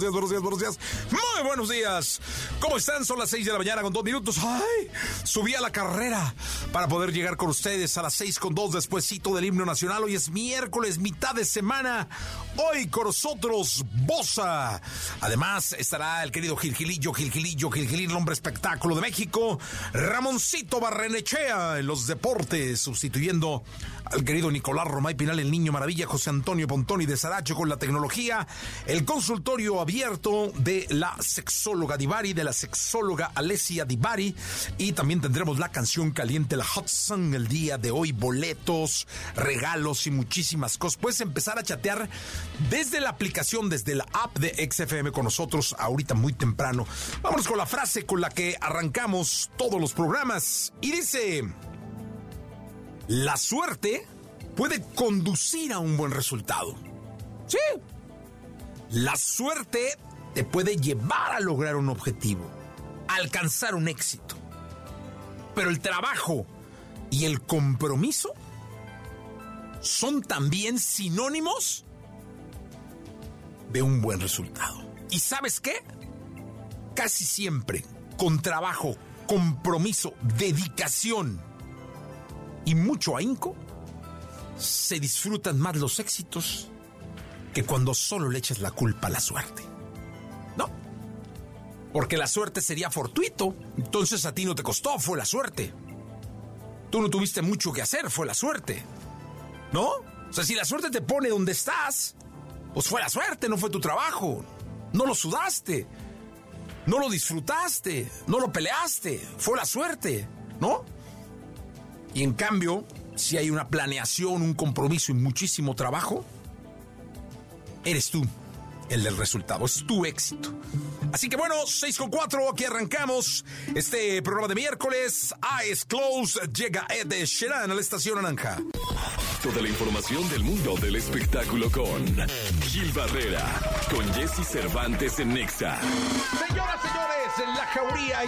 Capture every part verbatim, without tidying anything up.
buenos días, buenos días, buenos días. Muy buenos días. ¿Cómo están? Son las seis de la mañana con dos minutos. ¡Ay! Subí a la carrera para poder llegar con ustedes a las seis con dos despuesito del himno nacional. Hoy es miércoles, mitad de semana. Hoy con nosotros, Bosa. Además, estará el querido Gilgilillo, Gilgilillo, Gilgilín, el hombre espectáculo de México. Ramoncito Barrenechea en los deportes, sustituyendo al querido Nicolás Romay Pinal, el niño maravilla, José Antonio Pontoni de Saracho con la tecnología, el consultorio abierto de la sexóloga Divari, de la sexóloga Alessia Divari, y también tendremos la canción caliente, la Hot Song, el día de hoy, boletos, regalos y muchísimas cosas. Puedes empezar a chatear desde la aplicación, desde la app de X F M con nosotros ahorita muy temprano. Vámonos con la frase con la que arrancamos todos los programas, y dice: la suerte puede conducir a un buen resultado. Sí. La suerte te puede llevar a lograr un objetivo, a alcanzar un éxito. Pero el trabajo y el compromiso son también sinónimos de un buen resultado. ¿Y sabes qué? Casi siempre, con trabajo, compromiso, dedicación y mucho ahínco, se disfrutan más los éxitos que cuando solo le echas la culpa a la suerte. No, porque la suerte sería fortuito, entonces a ti no te costó, fue la suerte. Tú no tuviste mucho que hacer, fue la suerte, ¿no? O sea, si la suerte te pone donde estás, pues fue la suerte, no fue tu trabajo. No lo sudaste, no lo disfrutaste, no lo peleaste, fue la suerte, ¿no? Y en cambio, si hay una planeación, un compromiso y muchísimo trabajo, eres tú el del resultado, es tu éxito. Así que bueno, seis con cuatro, aquí arrancamos este programa de miércoles. Eyes Closed, llega Ed Sheeran a la Estación Naranja. Toda la información del mundo del espectáculo con Gil Barrera, con Jesse Cervantes en Nexa. Señoras, señores, en la jauría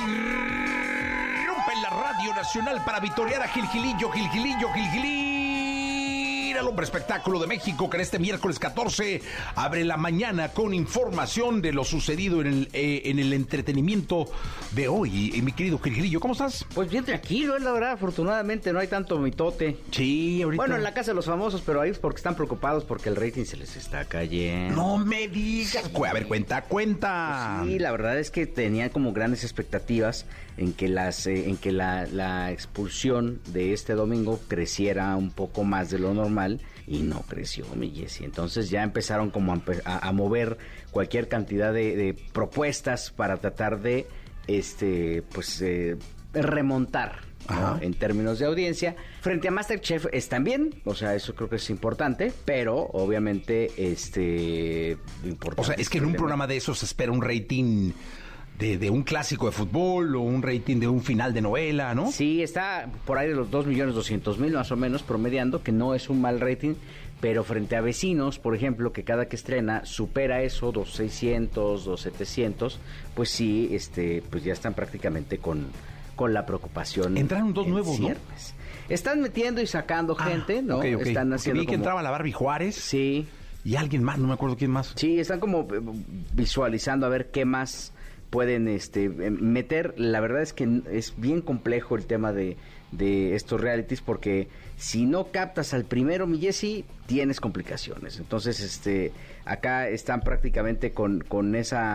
y rompe la Radio Nacional para victoriar a Gilgilillo, Gilgilillo, Gilgilín, el hombre espectáculo de México, que en este miércoles catorce abre la mañana con información de lo sucedido en el, eh, en el entretenimiento de hoy. Y, y mi querido Gilgilillo, ¿cómo estás? Pues bien tranquilo, es la verdad, afortunadamente no hay tanto mitote. Sí, ahorita. Bueno, en la casa de los famosos, pero ahí es porque están preocupados porque el rating se les está cayendo. No me digas. A ver, cuenta, cuenta. Pues sí, la verdad es que tenían como grandes expectativas en que las eh, en que la, la expulsión de este domingo creciera un poco más de lo normal, y no creció, mi Jessy. Entonces ya empezaron como a, a, a mover cualquier cantidad de, de propuestas para tratar de este pues eh, remontar, ¿no? En términos de audiencia. Frente a MasterChef están bien, o sea, eso creo que es importante, pero obviamente este importante. O sea, es que en un programa de esos se espera un rating De, de un clásico de fútbol o un rating de un final de novela, ¿no? Sí, está por ahí de los dos millones doscientos mil más o menos promediando, que no es un mal rating, pero frente a Vecinos, por ejemplo, que cada que estrena supera eso, dos seiscientos, dos setecientos, pues sí, este, pues ya están prácticamente con, con la preocupación. Entraron dos nuevos, ciernes, ¿no? Están metiendo y sacando ah, gente, ¿no? Okay, okay. Están haciendo vi que como... entraba la Barbie Juárez. Sí. Y alguien más, no me acuerdo quién más. Sí, están como visualizando a ver qué más pueden este meter. La verdad es que es bien complejo el tema de, de estos realities, porque si no captas al primero, mi Jessy, tienes complicaciones. Entonces, este acá están prácticamente con, con esa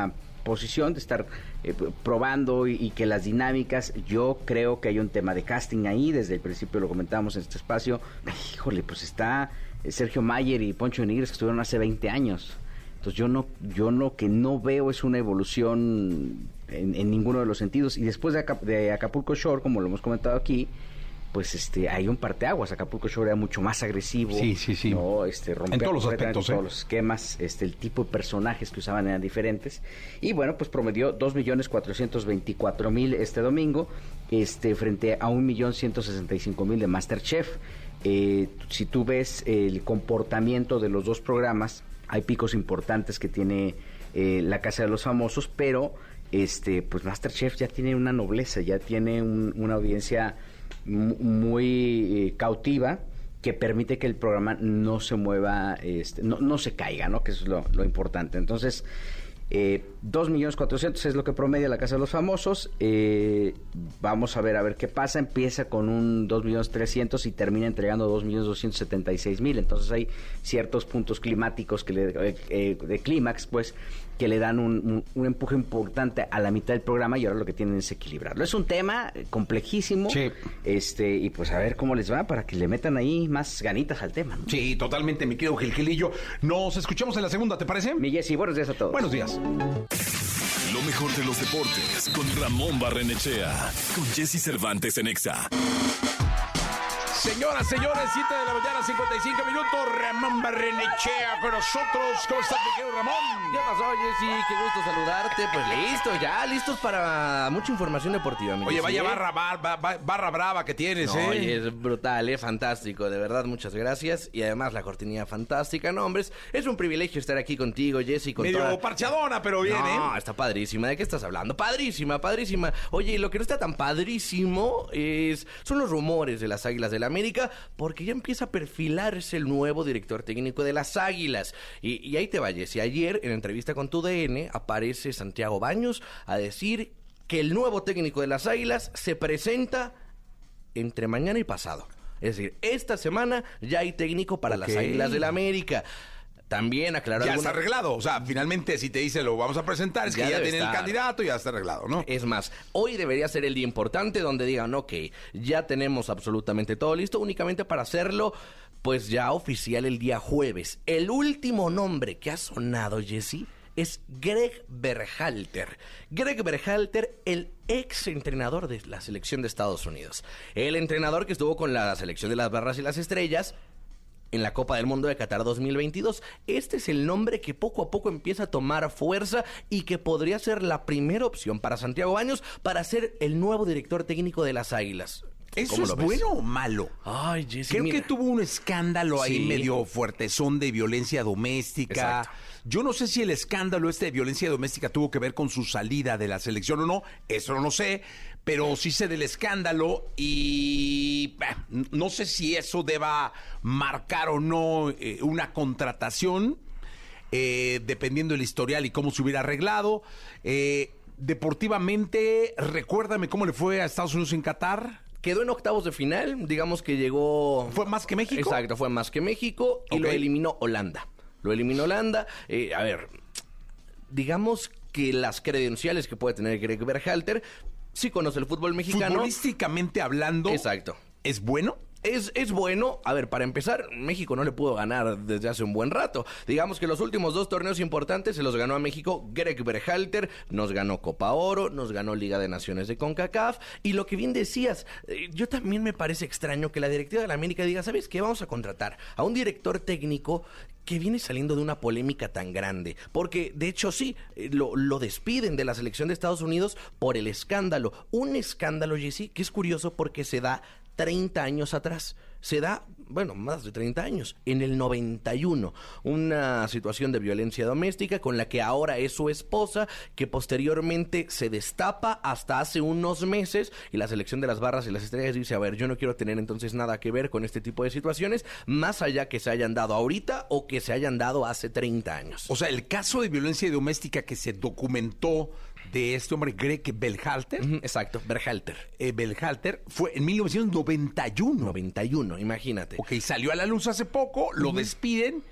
posición, de estar eh, probando y, y que las dinámicas, yo creo que hay un tema de casting ahí, desde el principio lo comentamos en este espacio. Híjole, pues está Sergio Mayer y Poncho de Nigris, que estuvieron hace veinte años. Entonces yo no, yo no, que no veo es una evolución en, en ninguno de los sentidos. Y después de, Acap- de Acapulco Shore, como lo hemos comentado aquí, pues este hay un parteaguas. Acapulco Shore era mucho más agresivo. Sí, sí, sí. ¿no? Este, rompía en todos los aspectos, todos ¿eh? los esquemas, este, el tipo de personajes que usaban eran diferentes. Y bueno, pues promedió dos millones cuatrocientos veinticuatro mil este domingo, este, frente a un millón ciento sesenta y cinco mil de MasterChef. Eh, si tú ves el comportamiento de los dos programas, hay picos importantes que tiene eh, la Casa de los Famosos, pero este, pues MasterChef ya tiene una nobleza, ya tiene un, una audiencia muy eh, cautiva, que permite que el programa no se mueva, este, no, no se caiga, ¿no? Que eso es lo, lo importante. Entonces, eh, dos millones cuatrocientos es lo que promedia la Casa de los Famosos. Eh, vamos a ver a ver qué pasa. Empieza con un dos millones trescientos y termina entregando dos millones doscientos setenta y seis mil. Entonces hay ciertos puntos climáticos que le, eh, eh, de clímax, pues, que le dan un, un, un empuje importante a la mitad del programa, y ahora lo que tienen es equilibrarlo. Es un tema complejísimo, sí. este y pues a ver cómo les va para que le metan ahí más ganitas al tema, ¿no? Sí, totalmente, mi querido Gilgilillo. Nos escuchamos en la segunda, ¿te parece? Mi Jessy, buenos días a todos. Buenos días. Lo mejor de los deportes con Ramón Barrenechea, con Jessy Cervantes en Exa. Señoras, señores, siete de la mañana, cincuenta y cinco minutos. Ramón Barrenechea con nosotros. ¿Cómo estás, mi querido Ramón? ¿Qué pasó, Jessy? Qué gusto saludarte. Pues listo, ya listos para mucha información deportiva, mi Oye, Jessy, vaya ¿eh? barra, barra, barra brava que tienes, No, ¿eh? oye, es brutal, ¿eh? Fantástico, de verdad, muchas gracias. Y además la cortinilla fantástica, no, hombres. Es un privilegio estar aquí contigo, Jessy, con Medio toda... parchadona, pero bien, No, ¿eh? está padrísima. ¿De qué estás hablando? Padrísima, padrísima. Oye, y lo que no está tan padrísimo es son los rumores de las Águilas del América, porque ya empieza a perfilarse el nuevo director técnico de las Águilas. Y, y ahí te vayas. Y ayer, en entrevista con tu D N, aparece Santiago Baños a decir que el nuevo técnico de las Águilas se presenta entre mañana y pasado. Es decir, esta semana ya hay técnico para Ok. las Águilas del América. También aclaró Ya alguna... está arreglado. O sea, finalmente, si te dice lo vamos a presentar, es Ya que ya debe tiene el estar. candidato y ya está arreglado, ¿no? Es más, hoy debería ser el día importante donde digan, ok, ya tenemos absolutamente todo listo, únicamente para hacerlo, pues ya oficial el día jueves. El último nombre que ha sonado, Jessy, es Greg Berhalter. Greg Berhalter, el ex entrenador de la selección de Estados Unidos. El entrenador que estuvo con la selección de las Barras y las Estrellas en la Copa del Mundo de Qatar dos mil veintidós. Este es el nombre que poco a poco empieza a tomar fuerza y que podría ser la primera opción para Santiago Baños para ser el nuevo director técnico de las Águilas. ¿Eso ¿Cómo es lo ves? bueno o malo? Ay, Jessy, Creo mira. que tuvo un escándalo ahí Sí. medio fuertezón de violencia doméstica. Exacto. Yo no sé si el escándalo este de violencia doméstica tuvo que ver con su salida de la selección o no, eso no lo sé, pero sí sé del escándalo y bah, no sé si eso deba marcar o no eh, una contratación, eh, dependiendo del historial y cómo se hubiera arreglado. Eh, deportivamente, recuérdame cómo le fue a Estados Unidos en Qatar. Quedó en octavos de final, digamos que llegó... ¿Fue más que México? Exacto, fue más que México y Ok. lo eliminó Holanda. Lo eliminó Holanda. Eh, a ver, digamos que las credenciales que puede tener Greg Berhalter, sí conoce el fútbol mexicano. Futbolísticamente hablando, Exacto. ¿es bueno? Es, es bueno, a ver, para empezar, México no le pudo ganar desde hace un buen rato. Digamos que los últimos dos torneos importantes se los ganó a México Greg Berhalter, nos ganó Copa Oro, nos ganó Liga de Naciones de CONCACAF, y lo que bien decías, eh, yo también me parece extraño que la directiva de la América diga, ¿sabes qué? Vamos a contratar a un director técnico que viene saliendo de una polémica tan grande, porque de hecho sí, eh, lo, lo despiden de la selección de Estados Unidos por el escándalo, un escándalo, Jessy, que es curioso porque se da treinta años atrás. Se da, bueno, más de treinta años, en el noventa y uno, una situación de violencia doméstica con la que ahora es su esposa, que posteriormente se destapa hasta hace unos meses, y la selección de las Barras y las Estrellas dice, a ver, yo no quiero tener entonces nada que ver con este tipo de situaciones, más allá que se hayan dado ahorita o que se hayan dado hace treinta años. O sea, el caso de violencia doméstica que se documentó de este hombre Greg Berhalter, Ujú, exacto, Berhalter. eh, Berhalter, fue en mil novecientos noventa y uno. noventa y uno, imagínate. Ok, salió a la luz hace poco, lo despiden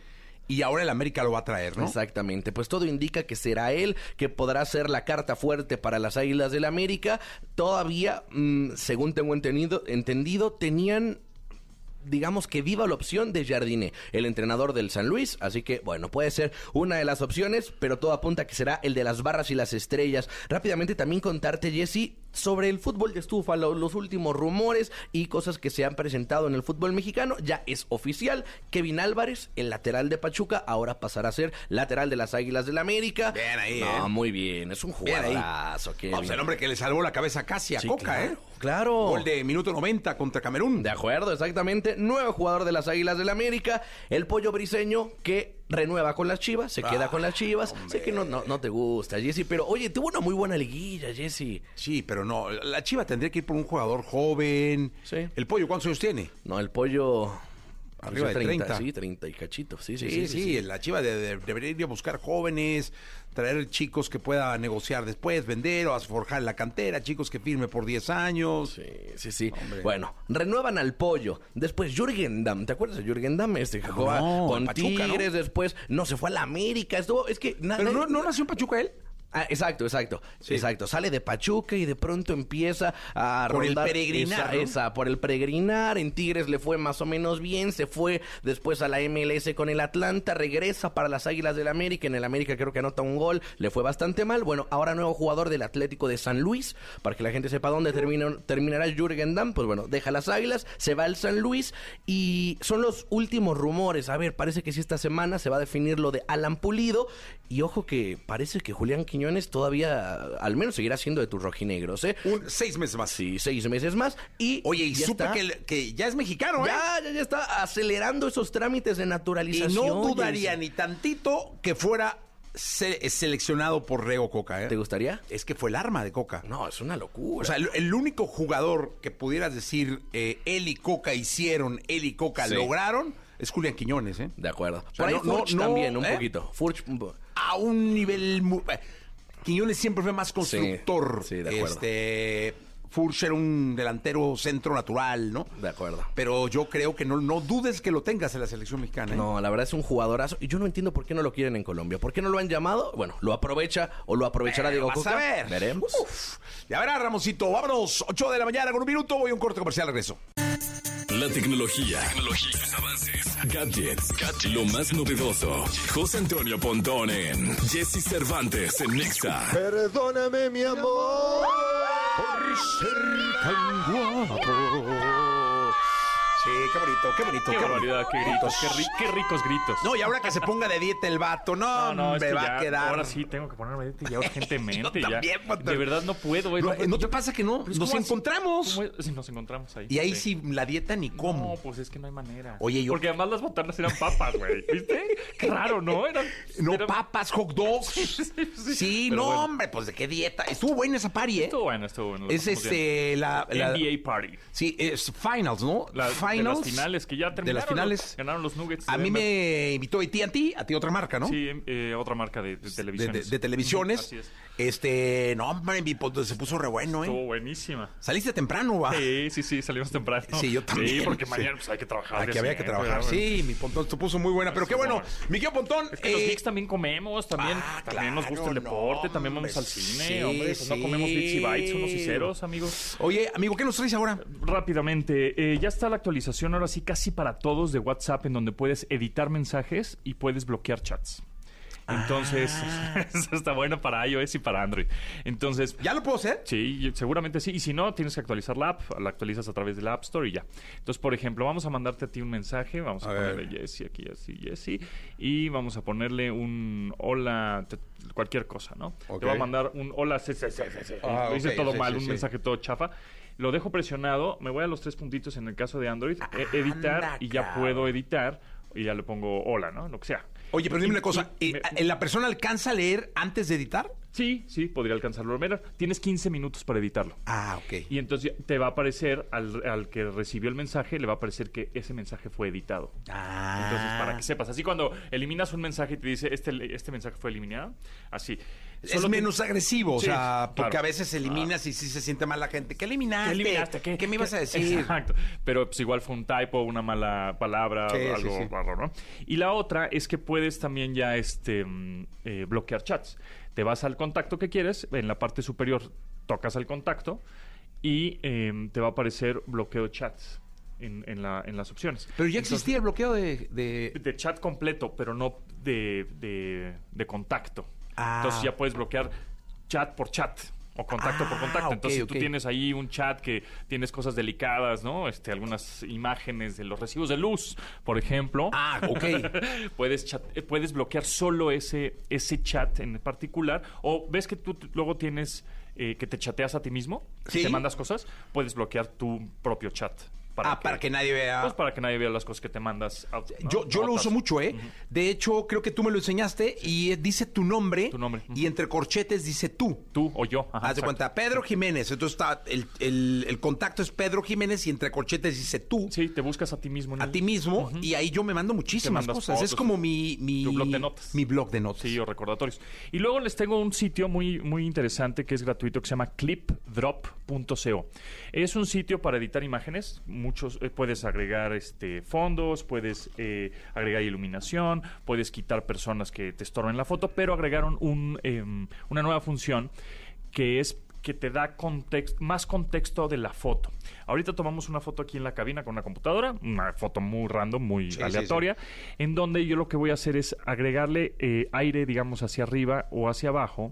Y ahora el América lo va a traer, ¿no? Exactamente, pues todo indica que será él, que podrá ser la carta fuerte para las Águilas del América. Todavía, mmm, según tengo entendido, entendido, tenían... digamos que viva la opción de Jardine, el entrenador del San Luis, así que bueno, puede ser una de las opciones, pero todo apunta a que será el de las barras y las estrellas. Rápidamente también contarte, Jesse, sobre el fútbol de estufa, lo, los últimos rumores y cosas que se han presentado en el fútbol mexicano. Ya es oficial, Kevin Álvarez, el lateral de Pachuca, ahora pasará a ser lateral de las Águilas del América. Bien ahí, No, ¿eh? muy bien, es un jugadorazo, Kevin. Vamos, el hombre que le salvó la cabeza casi a Sí, Coca, claro, ¿eh? Claro. Gol de minuto noventa contra Camerún. De acuerdo, exactamente. Nuevo jugador de las Águilas del América, el Pollo Briseño, que renueva con las Chivas, se queda Ah, con las Chivas. hombre. Sé que no, no, no te gusta, Jesse, pero oye, tuvo una muy buena liguilla, Jesse. Sí, pero no, la Chiva tendría que ir por un jugador joven. Sí. ¿El Pollo cuántos años tiene? No, el Pollo... Arriba de treinta. Sí, treinta y cachito. Sí, sí, Sí, sí. sí, sí, sí. la Chiva de- de- debería ir a buscar jóvenes, traer chicos que pueda negociar después, vender o a forjar la cantera, chicos que firme por diez años. Sí, sí, sí. Hombre. Bueno, renuevan al Pollo. Después Jürgen Damm. ¿Te acuerdas de Jürgen Damm? Este que jugaba no? con En Pachuca, ¿no? Tigres. Después no se fue a la América. Estuvo, es que... na- Pero na- no, no nació en Pachuca él. Ah, exacto, exacto, Sí. exacto. Sale de Pachuca y de pronto empieza a Por el rondar peregrinar, esa, ¿no? esa, por el peregrinar. En Tigres le fue más o menos bien. Se fue después a la M L S con el Atlanta. Regresa para las Águilas del América. En el América creo que anota un gol. Le fue bastante mal. Bueno, ahora nuevo jugador del Atlético de San Luis. Para que la gente sepa dónde termina, terminará Jürgen Damm. Pues bueno, deja las Águilas, se va al San Luis. Y son los últimos rumores. A ver, parece que sí esta semana se va a definir lo de Alan Pulido. Y ojo que parece que Julián Quiñones todavía, al menos seguirá siendo de tus rojinegros, ¿eh? Un seis meses más. Sí, seis meses más. Y Oye, y ya supe está- que, el- que ya es mexicano, ¿eh? ya, ya, ya está acelerando esos trámites de Y naturalización. no dudaría Jesse. ni tantito que fuera se- seleccionado por Rego Coca, ¿eh? ¿Te gustaría? Es que fue el arma de Coca. No, es una locura. O sea, el, el único jugador que pudieras decir eh, él y Coca hicieron, él y Coca Sí. lograron, es Julián Quiñones, ¿eh? de acuerdo. sea, Por ahí no- no- Furch no, también, un ¿eh? poquito. Furch, un- A un nivel muy... eh, Quiñones siempre fue más constructor. sí, de acuerdo. Este, Furch era un delantero centro natural, ¿no? de acuerdo. Pero yo creo que no, no dudes que lo tengas en la selección mexicana, ¿eh? No, la verdad es un jugadorazo. Y yo no entiendo por qué no lo quieren en Colombia. ¿Por qué no lo han llamado? Bueno, lo aprovecha o lo aprovechará Pero Diego vas Coca. a ver. Veremos. Uf. Ya verás, Ramosito. Vámonos. ocho de la mañana con un minuto. Voy a un corte comercial. Regreso. La tecnología, tecnología, sus avances, gadgets, gadgets, lo más novedoso. José Antonio Pontón en Jesse Cervantes en Nexa. Perdóname, mi amor, por ser tan guapo. Sí, qué bonito, qué bonito. Qué bonito. barbaridad, qué gritos, qué, ri- qué ricos gritos. No, y ahora que se ponga de dieta el vato, no, No, no, es me que va ya, a quedar. ahora sí tengo que ponerme dieta ya urgentemente. Yo ya. también, Pontón. De verdad no puedo. güey. No, No, ¿no te yo- pasa que no? Pues, Nos ¿cómo así? encontramos. ¿Cómo es? Sí, nos encontramos ahí. Y ahí sí, la dieta ni cómo. No, pues es que no hay manera. Oye, yo- Porque además las botanas eran papas, güey. ¿Viste? Qué raro, ¿no? Eran, No, eran- papas, hot dogs. Sí, Pero no, bueno. hombre, pues de qué dieta. Estuvo buena esa party, ¿eh? Estuvo bueno, estuvo bueno. lo Es pasamos bien. este, la, la- N B A Party. Sí, es finals, ¿no? La- finals. De las finales que ya terminaron. De las finales. Ganaron los Nuggets. A de mí Denver. me invitó A T and T, a ti otra marca, ¿no? Sí, eh, otra marca de, de De, televisiones. de- de televisiones. Así es. Este, no, hombre, mi poto se puso re bueno, Estuvo ¿eh? buenísima. Saliste temprano, va. Sí, sí, sí, salimos temprano. Sí, yo también. Sí, porque Sí. mañana pues, hay que trabajar. Aquí al día había que siguiente, trabajar. ¿verdad? Sí, mi Pontón se puso muy buena. Pero qué bueno, mi querido Pontón. Es que los eh, geeks también comemos, también, ah, también nos gusta el claro, deporte, no, también vamos hombre, al cine, sí, hombre, pues no sí. comemos bits y bytes unos y ceros, amigos. Oye, amigo, ¿qué nos traes ahora? Rápidamente, eh, ya está la actualización ahora sí casi para todos de WhatsApp en donde puedes editar mensajes y puedes bloquear chats. Entonces, Ah. eso está bueno para iOS y para Android. Entonces, ¿Ya lo puedo hacer? sí, seguramente sí. Y si no, tienes que actualizar la app. La actualizas a través de la App Store y ya. Entonces, por ejemplo, vamos a mandarte a ti un mensaje. Vamos a, A ponerle ver. Jesse aquí, así, Jesse. Y vamos a ponerle un hola, te- cualquier cosa, ¿no? Ok. Te va a mandar un hola, sí, sí, sí, sí, sí. Ah, Lo hice ok, todo sí, mal, sí, un sí. mensaje todo chafa. Lo dejo presionado. Me voy a los tres puntitos en el caso de Android. e- editar Anda, y ya cabrón. puedo editar. Y ya le pongo hola, ¿no? Lo que sea. Oye, pero dime Y- una cosa. y eh, me- ¿La persona alcanza a leer antes de editar? Sí, sí, podría alcanzarlo menos. Tienes quince minutos para editarlo. Ah, ok. Y entonces te va a aparecer, al, al que recibió el mensaje, le va a aparecer que ese mensaje fue editado. Ah. Entonces, para que sepas. Así cuando eliminas un mensaje y te dice, este, este mensaje fue eliminado, así. Es Solo menos te... agresivo, Sí, o sea, porque claro. a veces eliminas y sí se siente mal la gente. ¿Qué eliminaste? ¿Qué eliminaste? ¿Qué, ¿Qué me ibas a decir? Exacto. Pero pues igual fue un typo, una mala palabra, Sí, algo sí, sí. raro, ¿no? Y la otra es que puedes también ya este mm, eh, bloquear chats. Te vas al contacto que quieres, en la parte superior tocas al contacto y eh, te va a aparecer bloqueo de chats en, en, la, en las opciones. Pero ya Entonces, existía el bloqueo de... de... de chat completo, pero no de, de, de contacto. Ah. Entonces ya puedes bloquear chat por chat o contacto Ah, por contacto. Entonces, ok, si ok. tú tienes ahí un chat que tienes cosas delicadas, ¿no? Este, algunas imágenes de los recibos de luz, por ejemplo. Ah, ok. puedes chat, eh, puedes bloquear solo ese, ese chat en particular. O ves que tú t- luego tienes eh, que te chateas a ti mismo, Sí. y te mandas cosas, puedes bloquear tu propio chat. ah, para que nadie vea... Pues para que nadie vea las cosas que te mandas. a- ¿no? Yo, yo lo Notas. uso mucho, ¿eh? De hecho, creo que tú me lo enseñaste y eh, dice tu nombre. Tu nombre. Y entre corchetes dice tú. Tú o yo. Ajá, Haz de exacto. cuenta, Pedro Jiménez. Entonces está el, el, el contacto es Pedro Jiménez y entre corchetes dice tú. Sí, te buscas a ti mismo. en A el- ti mismo. Y ahí yo me mando muchísimas mandas cosas. fotos, Es como mi, mi... tu blog de notas. Mi blog de notas. Sí, o recordatorios. Y luego les tengo un sitio muy, muy interesante que es gratuito que se llama clip drop punto co. Es un sitio para editar imágenes. Muchos eh, puedes agregar este fondos, puedes eh, agregar iluminación, puedes quitar personas que te estorben la foto, pero agregaron un, eh, una nueva función que es que te da context, más contexto de la foto. Ahorita tomamos una foto aquí en la cabina con una computadora, una foto muy random, muy Sí, aleatoria, en donde yo lo que voy a hacer es agregarle eh, aire, digamos, hacia arriba o hacia abajo,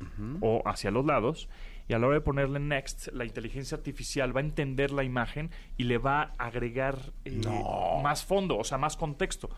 o hacia los lados, y a la hora de ponerle next, la inteligencia artificial va a entender la imagen y le va a agregar eh, más fondo, o sea, más contexto.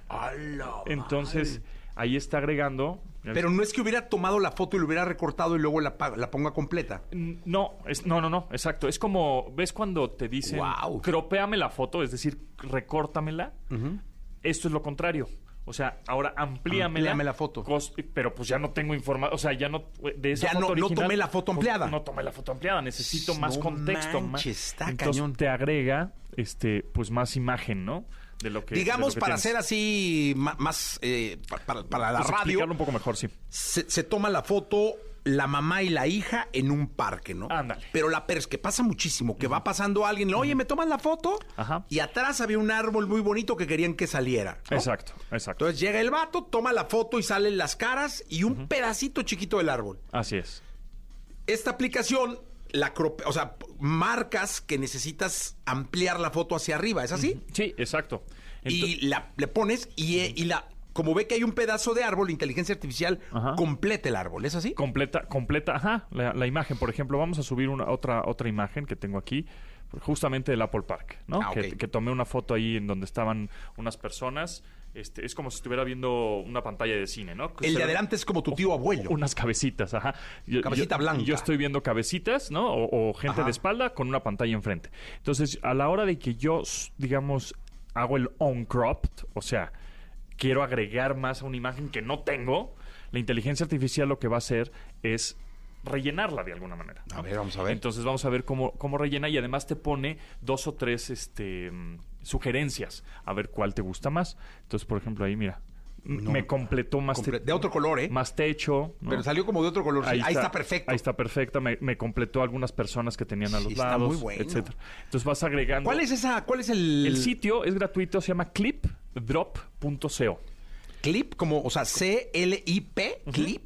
Entonces, ahí está agregando... Pero no es que hubiera tomado la foto y lo hubiera recortado y luego la, pa- la ponga completa. No, es, no, no, no, exacto. Es como, ¿ves cuando te dicen, Guau. cropéame la foto, es decir, recórtamela? Esto es lo contrario. O sea, ahora amplíamela. Amplíame la foto. cos- pero pues ya no tengo información, o sea, ya no, de esa Ya foto no- no original, tomé la foto pues, ampliada. No tomé la foto ampliada, necesito más No contexto. más- manches, está Entonces cañón. te agrega, este, pues más imagen, ¿no? De lo que Digamos, de lo que para tienes. hacer así ma- más... eh, pa- para, para la Pues radio, explicarlo un poco mejor, sí. se, se toma la foto la mamá y la hija en un parque, ¿no? Ándale. Pero la per es que pasa muchísimo, que va pasando alguien, oye, ¿me toman la foto? Ajá. Y atrás había un árbol muy bonito que querían que saliera, ¿no? Exacto, exacto. Entonces llega el vato, toma la foto y salen las caras y un pedacito chiquito del árbol. Así es. Esta aplicación, la crope- o sea, marcas que necesitas ampliar la foto hacia arriba, ¿es así? Sí, exacto. Ento- Y la, le pones y, eh, y la... Como ve que hay un pedazo de árbol, la inteligencia artificial Ajá. completa el árbol, ¿es así? completa, completa, ajá, la, la imagen. Por ejemplo, vamos a subir una otra otra imagen que tengo aquí, justamente del Apple Park, ¿no? Ah, que, ok. que tomé una foto ahí en donde estaban unas personas. Este, es como si estuviera viendo una pantalla de cine, ¿no? El Se de ve- adelante es como tu tío abuelo. Unas cabecitas, ajá. Yo- Cabecita yo- blanca. Yo estoy viendo cabecitas, ¿no? O, o gente Ajá. de espalda con una pantalla enfrente. Entonces, a la hora de que yo, s- digamos, hago el on-cropped, o sea, quiero agregar más a una imagen que no tengo, la inteligencia artificial lo que va a hacer es rellenarla de alguna manera. ¿no? A ver, vamos a ver. Entonces vamos a ver cómo, cómo rellena y además te pone dos o tres este, mm, sugerencias a ver cuál te gusta más. Entonces, por ejemplo, ahí mira, m- No. me completó más Comple- te- de otro color, ¿eh? más techo, ¿no? Pero salió como de otro color. sí. Ahí, está, perfecto. Ahí está perfecta. Me, me completó algunas personas que tenían a Sí, los está lados, muy bueno. etcétera. Entonces vas agregando. ¿Cuál es esa? ¿Cuál es el, El sitio es gratuito, se llama clip drop punto co. clip? Como, o sea, C L I P, clip,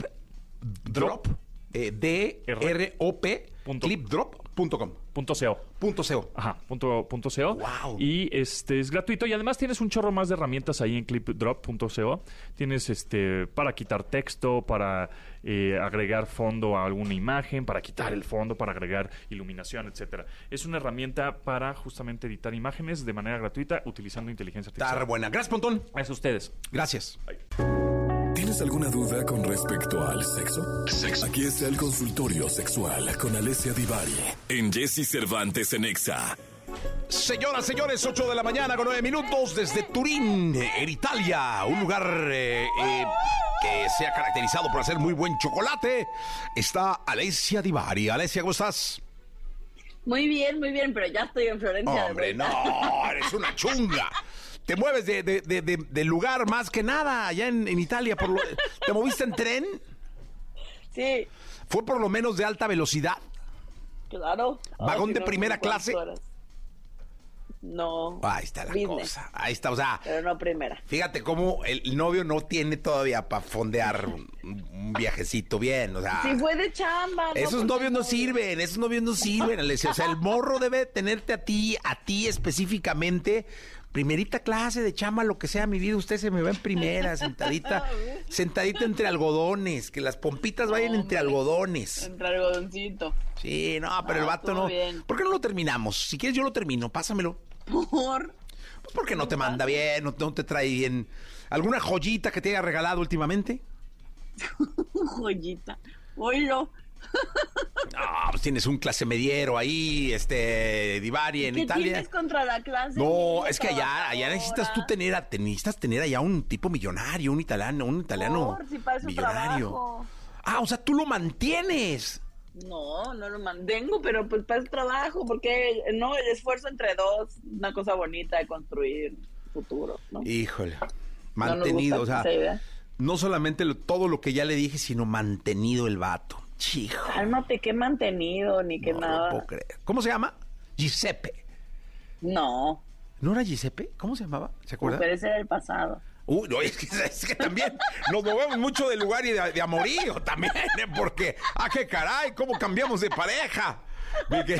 drop, eh, D R O P, Punto. clipdrop punto com. Punto .co. Punto co. Ajá, punto, punto .co. Wow. Y este es gratuito y además tienes un chorro más de herramientas ahí en clip drop punto co. Tienes este para quitar texto, para eh, agregar fondo a alguna imagen, para quitar el fondo, para agregar iluminación, etcétera. Es una herramienta para justamente editar imágenes de manera gratuita utilizando inteligencia Está artificial. re buena. Gracias, Pontón. Es ustedes. Gracias. ¿Tienes alguna duda con respecto al sexo? Sexo. Aquí está el consultorio sexual con Alessia Divari en Jesse Cervantes en Exa. Señoras, señores, ocho de la mañana con nueve minutos desde Turín, en Italia. Un lugar eh, eh, que se ha caracterizado por hacer muy buen chocolate, está Alessia Divari. Alessia, ¿cómo estás? Muy bien, muy bien, pero ya estoy en Florencia. Hombre, no, eres una chunga. Te mueves de, de, de, de, de lugar más que nada allá en, en Italia. Por lo, ¿te moviste en tren? Sí. ¿Fue por lo menos de alta velocidad? Claro. ¿Vagón oh, de si no, primera ¿cuántas clase? horas? No. Ahí está la business, cosa. Ahí está, o sea. pero no primera. Fíjate cómo el novio no tiene todavía para fondear un, un viajecito bien, o sea. Si fue de chamba. Esos no, novios no sirven, esos novios no sirven, Alessia. O sea, el morro debe tenerte a ti, a ti específicamente. Primerita clase de chamba, lo que sea, mi vida, usted se me va en primera, sentadita, sentadita entre algodones, que las pompitas vayan Hombre, entre algodones. Entre algodoncito. Sí, no, pero Ah, el vato todo no. bien. ¿Por qué no lo terminamos? Si quieres yo lo termino, pásamelo. Por. Pues porque no te manda bien, no, no te trae bien. ¿Alguna joyita que te haya regalado últimamente? Joyita. Oílo. No, pues tienes un clase mediero ahí, este, Divari, en ¿Qué Italia. tienes contra la clase? No, media es que allá, allá necesitas tú tener, a- te necesitas tener allá un tipo millonario, un italiano, un italiano Por, si para eso millonario. trabajo. Ah, o sea, tú lo mantienes. No, no lo mantengo, pero pues para eso trabajo, porque no, el esfuerzo entre dos, una cosa bonita de construir futuro, ¿no? Híjole, No nos mantenido, o gusta sea, esa idea. no solamente lo- todo lo que ya le dije, sino mantenido el vato. Chijo. Cálmate, qué mantenido, ni que No nada. lo puedo creer. ¿Cómo se llama? Giuseppe. No, ¿No era Giuseppe? ¿Cómo se llamaba? ¿Se acuerda? pero ese era el pasado. Uy, no, es que, es que también nos movemos mucho de lugar y de, de amorío también, ¿eh? Porque, ah, qué caray, cómo cambiamos de pareja. De que,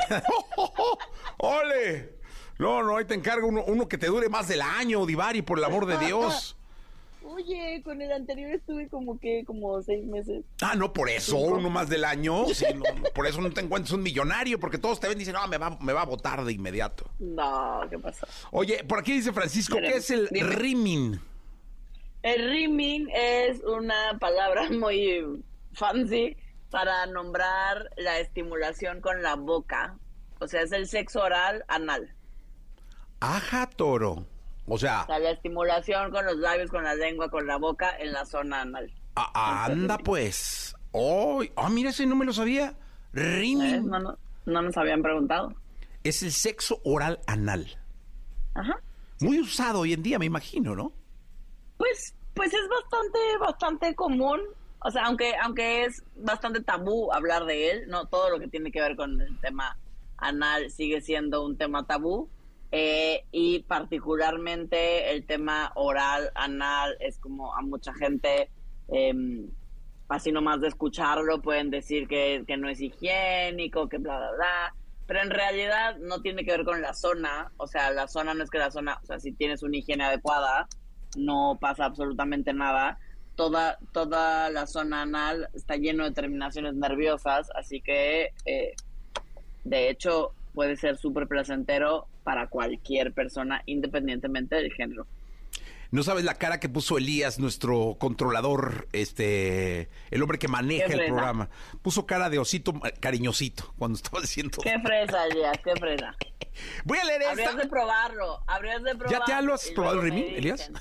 ¡ole! No, no, ahí te encargo uno, uno que te dure más del año, Divari, por el amor de Dios. Oye, con el anterior estuve como que, como seis meses. Ah, no, por eso, uno más del año. Sí, no, no, por eso no te encuentras un millonario, porque todos te ven y dicen, no, me va, me va a votar de inmediato. No, ¿qué pasó? Oye, por aquí dice Francisco, ¿qué es el Dime. rimming? El rimming es una palabra muy fancy para nombrar la estimulación con la boca. O sea, es el sexo oral anal. Aja, toro. O sea, O sea, la estimulación con los labios, con la lengua, con la boca en la zona anal. a- anda pues. Oh, ah, mira, ese no me lo sabía. ¿Eh? Rimming No, no, no nos habían preguntado. es el sexo oral anal. Ajá. Muy usado hoy en día, me imagino, ¿no? Pues, pues es bastante, bastante común. O sea, aunque, aunque es bastante tabú hablar de él, no todo lo que tiene que ver con el tema anal sigue siendo un tema tabú. Eh, y particularmente el tema oral, anal, es como a mucha gente, eh, así nomás de escucharlo, pueden decir que, que no es higiénico, que bla, bla, bla. Pero en realidad no tiene que ver con la zona. O sea, la zona no es que la zona, o sea, si tienes una higiene adecuada, no pasa absolutamente nada. Toda, toda la zona anal está lleno de terminaciones nerviosas, así que eh, de hecho puede ser súper placentero para cualquier persona, independientemente del género. No sabes la cara que puso Elías, nuestro controlador, este, el hombre que maneja Qué el fresa. programa. Puso cara de osito eh, cariñosito cuando estaba diciendo. Qué fresa, Elías, qué fresa. Voy a leer Habrías esta. de probarlo, habrías de probarlo. ¿Ya te lo has y probado el luego me Rimming, Elías? dicen.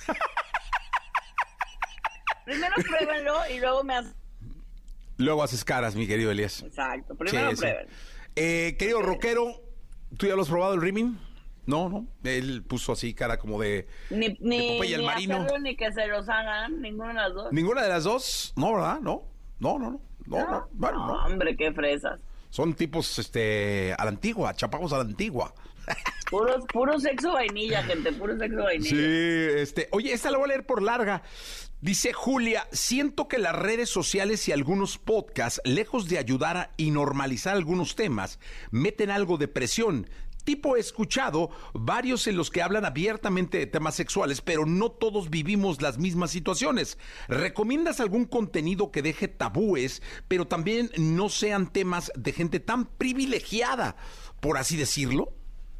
Primero pruébenlo y luego me hacen... Luego haces caras, mi querido Elías. Exacto, primero Sí, sí. prueben. Eh, querido rockero, ¿tú ya lo has probado el Rimming? No, no. Él puso así cara como de. Ni, de ni, Popeye el ni marino. hacerlo ni que se los hagan, ninguna de las dos. ¿Ninguna de las dos? No, ¿verdad? No. No, no, no. No, no. Bueno, No, no. hombre, qué fresas. Son tipos este a la antigua, chapamos a la antigua. Puros, puro sexo vainilla, gente, puro sexo vainilla. Sí, este, oye, esta la voy a leer por larga. Dice Julia, siento que las redes sociales y algunos podcasts, lejos de ayudar a y normalizar algunos temas, meten algo de presión. Tipo, he escuchado varios en los que hablan abiertamente de temas sexuales, pero no todos vivimos las mismas situaciones. ¿Recomiendas algún contenido que deje tabúes, pero también no sean temas de gente tan privilegiada, por así decirlo?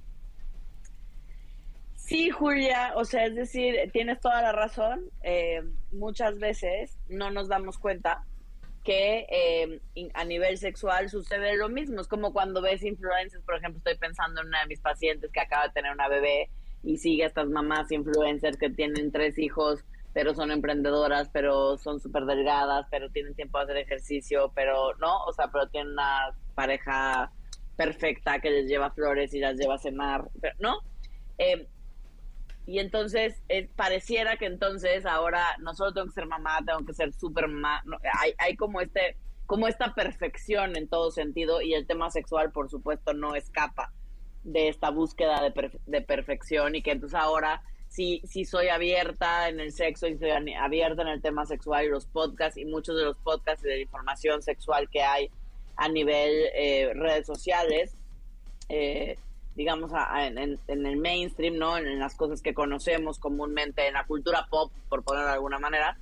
Sí, Julia, o sea, es decir, tienes toda la razón. Eh, muchas veces no nos damos cuenta que eh, a nivel sexual sucede lo mismo. Es como cuando ves influencers, por ejemplo, estoy pensando en una de mis pacientes que acaba de tener una bebé y sigue a estas mamás influencers que tienen tres hijos pero son emprendedoras, pero son súper delgadas, pero tienen tiempo de hacer ejercicio, pero no, o sea, pero tienen una pareja perfecta que les lleva flores y las lleva a cenar, pero, ¿no? Eh, y entonces, eh, pareciera que entonces ahora no solo tengo que ser mamá, tengo que ser súper mamá, no, hay, hay como este, como esta perfección en todo sentido, y el tema sexual, por supuesto, no escapa de esta búsqueda de, perfe- de perfección, y que entonces ahora sí, sí soy abierta en el sexo y soy abierta en el tema sexual y los podcasts, y muchos de los podcasts y de la información sexual que hay a nivel eh, redes sociales, eh, digamos, a, a, en, en el mainstream, ¿no? En, en las cosas que conocemos comúnmente, en la cultura pop, por ponerlo de alguna manera,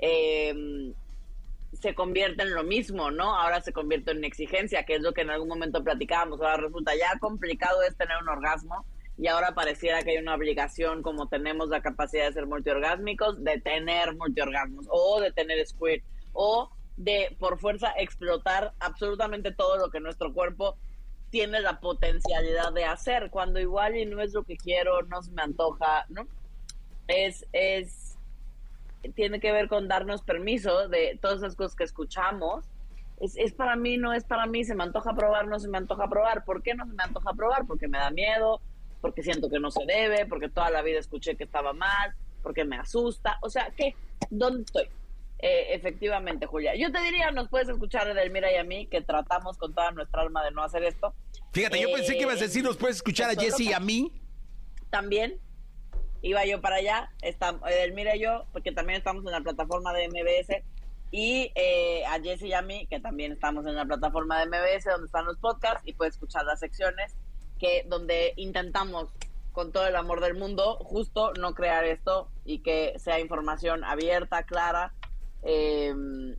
eh, se convierte en lo mismo, ¿no? Ahora se convierte en exigencia, que es lo que en algún momento platicábamos. Ahora resulta ya complicado es tener un orgasmo, y ahora pareciera que hay una obligación, como tenemos la capacidad de ser multiorgásmicos, de tener multiorgasmos, o de tener squirt, o de por fuerza explotar absolutamente todo lo que nuestro cuerpo tiene la potencialidad de hacer, cuando igual y no es lo que quiero, no se me antoja, ¿no? Es, es, tiene que ver con darnos permiso de todas esas cosas que escuchamos. Es, es para mí, no es para mí, se me antoja probar, no se me antoja probar. ¿Por qué no se me antoja probar? Porque me da miedo, porque siento que no se debe, porque toda la vida escuché que estaba mal, porque me asusta. O sea, ¿qué? ¿Dónde estoy? Eh, efectivamente, Julia. Yo te diría, nos puedes escuchar, Edelmira y a mí, que tratamos con toda nuestra alma de no hacer esto. Fíjate, yo Eh, pensé que ibas a decir, nos puedes escuchar a Jessy y a mí. También iba yo para allá, está, Edelmira y yo, porque también estamos en la plataforma de M B S, y eh, a Jessy y a mí, que también estamos en la plataforma de M B S, donde están los podcasts, y puedes escuchar las secciones, que donde intentamos, con todo el amor del mundo, justo no crear esto, y que sea información abierta, clara, eh,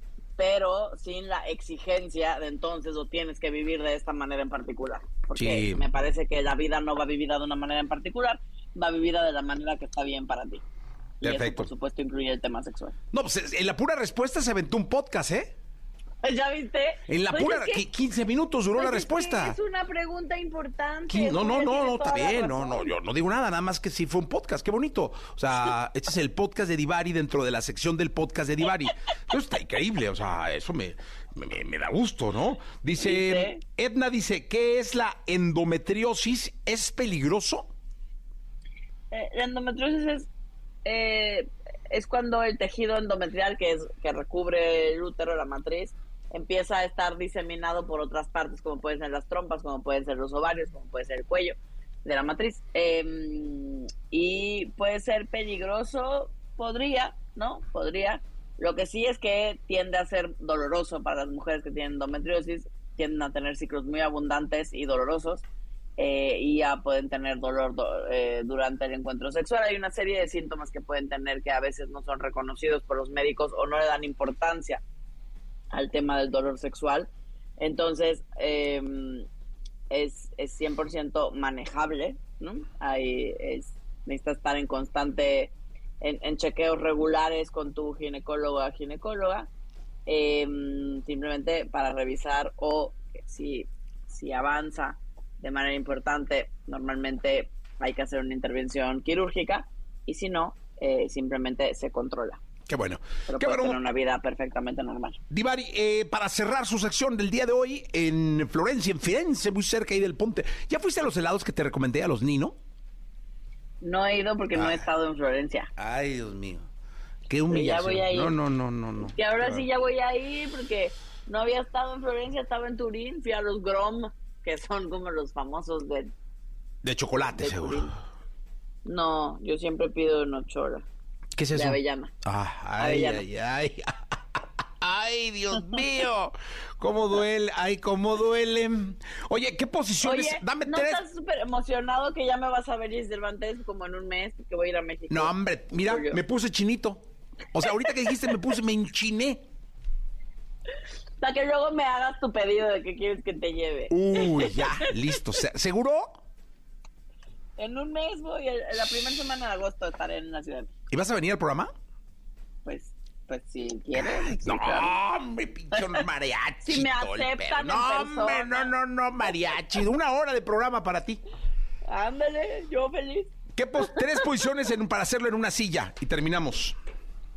pero sin la exigencia de entonces lo tienes que vivir de esta manera en particular, porque Sí. me parece que la vida no va vivida de una manera en particular, va vivida de la manera que está bien para ti. Y eso, Perfecto. por supuesto, incluye el tema sexual. No, pues en la pura respuesta se aventó un podcast, ¿eh? ¿Ya viste? En la Pues pura, es que- qui- quince minutos duró pues la es que respuesta. Es una pregunta importante. Qui- No, no, Julia, no, tienes no, está toda la bien, no, razón. no, yo no digo nada, nada más que sí fue un podcast, qué bonito. O sea, este es el podcast de Divari dentro de la sección del podcast de Divari. Eso está increíble, o sea, eso me, me, me da gusto, ¿no? Dice, ¿Viste? Edna dice, ¿qué es la endometriosis? ¿Es peligroso? Eh, la endometriosis es, eh, es cuando el tejido endometrial, que es que recubre el útero, la matriz, empieza a estar diseminado por otras partes, como pueden ser las trompas, como pueden ser los ovarios, como puede ser el cuello de la matriz. Eh, y puede ser peligroso, podría, ¿no? Podría. Lo que sí es que tiende a ser doloroso para las mujeres que tienen endometriosis, tienden a tener ciclos muy abundantes y dolorosos. Eh, y ya pueden tener dolor do, eh, durante el encuentro sexual. Hay una serie de síntomas que pueden tener que a veces no son reconocidos por los médicos o no le dan importancia al tema del dolor sexual. Entonces, eh, es, es cien por ciento manejable, ¿no? Hay, es, necesitas estar en constante, en, en chequeos regulares con tu ginecólogo o ginecóloga, eh, simplemente para revisar, o si, si avanza de manera importante, normalmente hay que hacer una intervención quirúrgica, y si no, eh, simplemente se controla. Qué bueno. Pero Qué puede bueno. tener una vida perfectamente normal. Divari, eh, para cerrar su sección del día de hoy, en Florencia, en Firenze, muy cerca ahí del Ponte, ¿ya fuiste a los helados que te recomendé, a los Nino? No he ido porque no he estado en Florencia. Ay, Dios mío. Qué ya humillación. voy a ir. No, no, no, no, no. Y ahora sí ya voy a ir porque no había estado en Florencia, estaba en Turín, fui a los Grom, que son como los famosos de... De chocolate, de seguro. Turín. No, yo siempre pido nochola, ¿Qué es de eso? avellana. Ah, ay, Avellana. ay, ay. Ay, Dios mío. ¿Cómo duele? Ay, cómo duele. Oye, ¿qué posiciones? Oye, Dame ¿no tres. estás súper emocionado que ya me vas a ver, Jessy Cervantes, como en un mes, que voy a ir a México? No, hombre, mira, Julio. me puse chinito. O sea, ahorita que dijiste me puse, me enchiné. Para que luego me hagas tu pedido de que quieres que te lleve. Uy, ya, listo. Se- ¿Seguro? En un mes voy, el- la primera semana de agosto estaré en la ciudad. ¿Y vas a venir al programa? Pues, pues si quieres. sí, No, claro. hombre, pinche mariachi. Si me todo el aceptan pedo. No, en hombre, persona. no, no, no, mariachi. Una hora de programa para ti. Ándale, yo feliz. ¿Qué pos- tres posiciones en- para hacerlo en una silla y terminamos?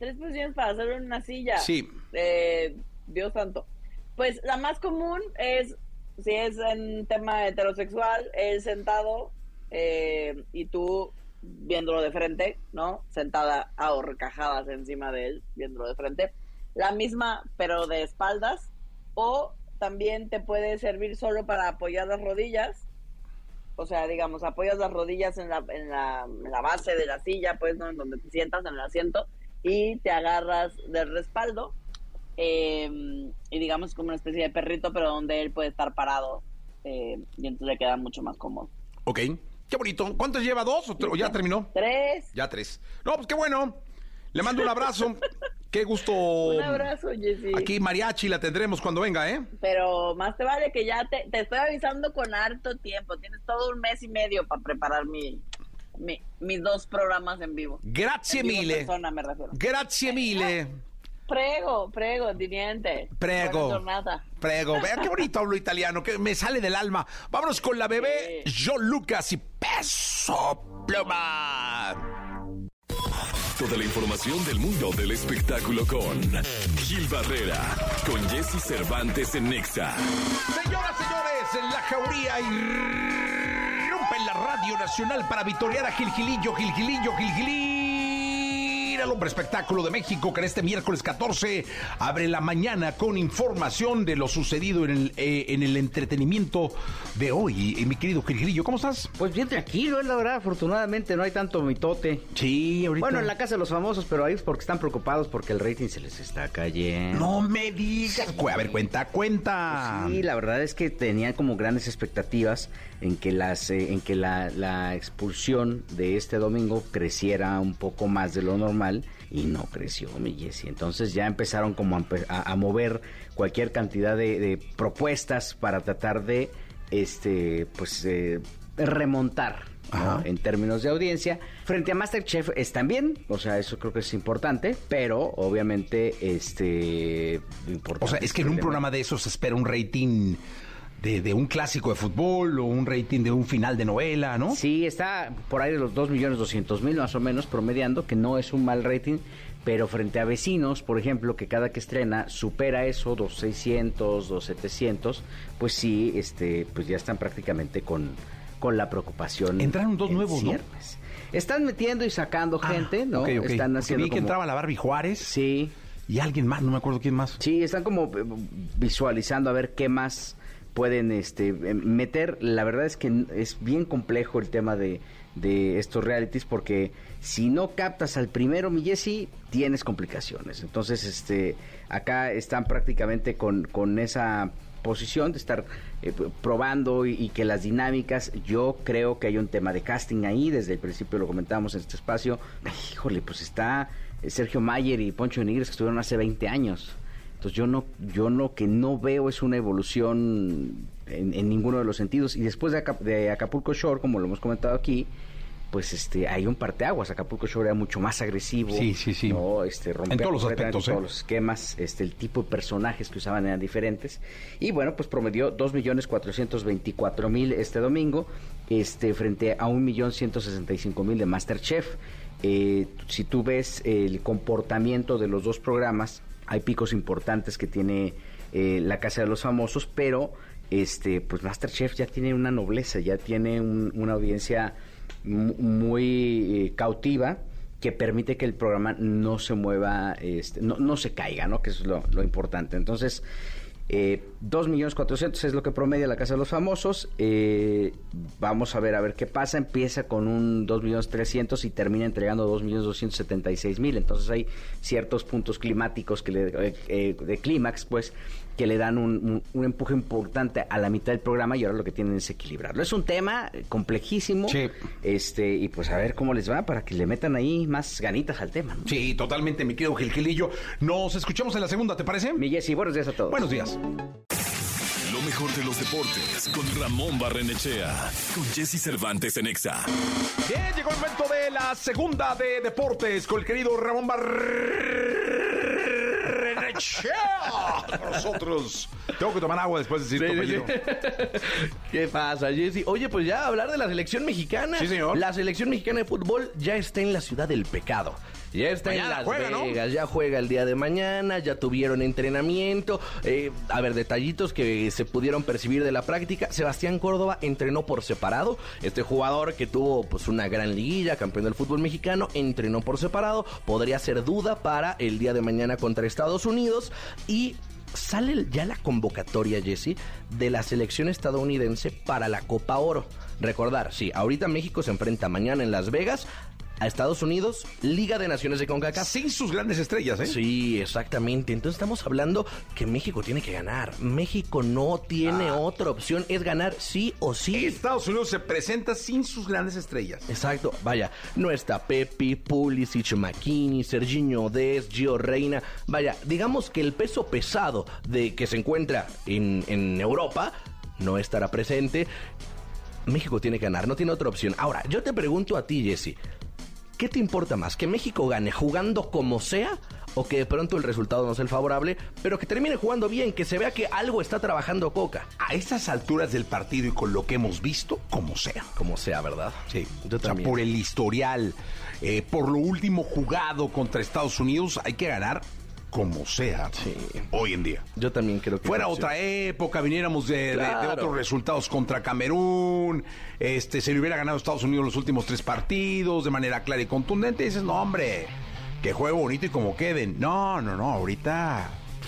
Tres posiciones para hacer una silla. Sí. Eh, Dios santo. Pues la más común es, si es en tema heterosexual, el sentado eh, y tú viéndolo de frente, ¿no? Sentada a horcajadas encima de él, viéndolo de frente. La misma, pero de espaldas. O también te puede servir solo para apoyar las rodillas. O sea, digamos, apoyas las rodillas en la, en la, en la base de la silla, pues, ¿no? En donde te sientas, en el asiento, y te agarras del respaldo. Eh, y digamos como una especie de perrito, pero donde él puede estar parado. Eh, y entonces le queda mucho más cómodo. Ok, qué bonito. ¿Cuántos lleva? ¿Dos o, o ya terminó? Tres. Ya tres. No, pues qué bueno. Le mando un abrazo. Qué gusto. Un abrazo, Jessy. Aquí mariachi la tendremos cuando venga, ¿eh? Pero más te vale que ya te, te estoy avisando con harto tiempo. Tienes todo un mes y medio para preparar mi, mi, mis dos programas en vivo. Grazie en vivo mille. Persona, me refiero. Grazie mille. Prego, prego, di niente. Prego. Buona giornata. Prego. Vea qué bonito hablo italiano, que me sale del alma. Vámonos con la bebé Sí. John Lucas y Peso Pluma. Toda la información del mundo del espectáculo con Gil Barrera, con Jessy Cervantes en Nexa. Señoras, señores, en la jauría y rompen la Radio Nacional para victoriar a Gil Gilillo, Gil Gilillo, Gil Gilillo, el hombre espectáculo de México, que en este miércoles catorce abre la mañana con información de lo sucedido en el, eh, en el entretenimiento de hoy. Y, mi querido Gil Gilillo, ¿cómo estás? Pues bien tranquilo, es la verdad, afortunadamente no hay tanto mitote. Sí, ahorita. Bueno, en la casa de los famosos, pero ahí es porque están preocupados porque el rating se les está cayendo. No me digas. Cu- A ver, cuenta, cuenta. Sí, la verdad es que tenían como grandes expectativas en que las eh, en que la, la expulsión de este domingo creciera un poco más de lo normal y no creció, mi Jessy. Entonces ya empezaron como a, empe- a- a mover cualquier cantidad de, de propuestas para tratar de este pues eh, remontar, ¿no? Ajá. En términos de audiencia. Frente a MasterChef están bien, o sea, eso creo que es importante, pero obviamente este lo importante O sea, es que en un programa de esos se espera un rating de, de un clásico de fútbol o un rating de un final de novela, ¿no? Sí, está por ahí de los dos millones doscientos mil más o menos promediando, que no es un mal rating, pero frente a Vecinos, por ejemplo, que cada que estrena supera eso, dos seiscientos, dos setecientos, pues sí, este, pues ya están prácticamente con, con la preocupación. Entraron dos en nuevos, ¿no? ciernes. Están metiendo y sacando gente, Ah, ¿no? ok, ok. Están Porque haciendo vi que como- entraba la Barbie Juárez Sí, y alguien más, no me acuerdo quién más. sí, están como eh, visualizando a ver qué más pueden este eh, meter. La verdad es que es bien complejo el tema de, de estos realities, porque si no captas al primero, mi Jessy, tienes complicaciones. Entonces, este, acá están prácticamente con, con esa posición de estar eh, probando y, y que las dinámicas, yo creo que hay un tema de casting ahí, desde el principio lo comentábamos en este espacio. Híjole, pues está eh, Sergio Mayer y Poncho de Nigris, que estuvieron hace veinte años. Entonces yo no, yo lo que no veo es una evolución en, en ninguno de los sentidos. Y después de, Acap- de Acapulco Shore, como lo hemos comentado aquí, pues este hay un parteaguas. Acapulco Shore era mucho más agresivo. Sí, sí, sí. ¿no? Este, rompía En todos los completamente aspectos, ¿eh? todos los esquemas, este, el tipo de personajes que usaban eran diferentes. Y bueno, pues promedió dos millones cuatrocientos veinticuatro mil este domingo, este, frente a un millón ciento sesenta y cinco mil de MasterChef. Eh, si tú ves el comportamiento de los dos programas, hay picos importantes que tiene eh, la Casa de los Famosos, pero este pues MasterChef ya tiene una nobleza, ya tiene un- una audiencia mu- muy eh, cautiva, que permite que el programa no se mueva, este, no, no se caiga, ¿no? Que eso es lo, lo importante. Entonces, eh, dos millones cuatrocientos es lo que promedia la Casa de los Famosos. Eh, vamos a ver a ver qué pasa. Empieza con un dos millones trescientos y termina entregando dos millones doscientos setenta y seis mil. Entonces hay ciertos puntos climáticos que le, eh, eh, de clímax, pues, que le dan un, un, un empuje importante a la mitad del programa, y ahora lo que tienen es equilibrarlo. Es un tema complejísimo. Sí. Este, y pues a ver cómo les va para que le metan ahí más ganitas al tema, ¿no? Sí, totalmente, mi querido Gil Gilillo. Nos escuchamos en la segunda, ¿te parece? Mi Jessy, buenos días a todos. Buenos días. Lo mejor de los deportes con Ramón Barrenechea, con Jessy Cervantes en Nexa. Bien, llegó el momento de la segunda de deportes con el querido Ramón Barrenechea. Con nosotros. Tengo que tomar agua después de decir tu apellido. ¿Qué pasa, Jessy? Oye, pues ya hablar de la selección mexicana. Sí, señor. La selección mexicana de fútbol ya está en la ciudad del pecado. Ya está mañana en Las juega, Vegas, ¿no? ya juega el día de mañana, ya tuvieron entrenamiento. Eh, a ver, detallitos que se pudieron percibir de la práctica. Sebastián Córdoba entrenó por separado. Este jugador que tuvo pues una gran liguilla, campeón del fútbol mexicano, entrenó por separado. Podría ser duda para el día de mañana contra Estados Unidos. Y sale ya la convocatoria, Jesse, de la selección estadounidense para la Copa Oro. Recordar, sí, ahorita México se enfrenta mañana en Las Vegas a Estados Unidos, Liga de Naciones de CONCACAF. Sin sus grandes estrellas, ¿eh? Sí, exactamente. Entonces estamos hablando que México tiene que ganar. México no tiene ah. otra opción, es ganar sí o sí. Estados Unidos se presenta sin sus grandes estrellas. Exacto, vaya, no está Pepi, Pulisic, McKinney, Serginho Dest, Gio Reyna. Vaya, digamos que el peso pesado de que se encuentra en, en Europa no estará presente. México tiene que ganar, no tiene otra opción. Ahora, yo te pregunto a ti, Jesse, ¿qué te importa más? ¿Que México gane jugando como sea? ¿O que de pronto el resultado no sea el favorable, pero que termine jugando bien, que se vea que algo está trabajando Coca? A estas alturas del partido y con lo que hemos visto, como sea. Como sea, ¿verdad? Sí, yo o sea, también. Por el historial, eh, por lo último jugado contra Estados Unidos, hay que ganar como sea, sí. Hoy en día. Yo también creo que... Fuera otra época, viniéramos de, claro. de, de otros resultados contra Camerún, este, se le hubiera ganado a Estados Unidos los últimos tres partidos de manera clara y contundente, y dices, no, hombre, que juegue bonito y como queden. No, no, no, ahorita...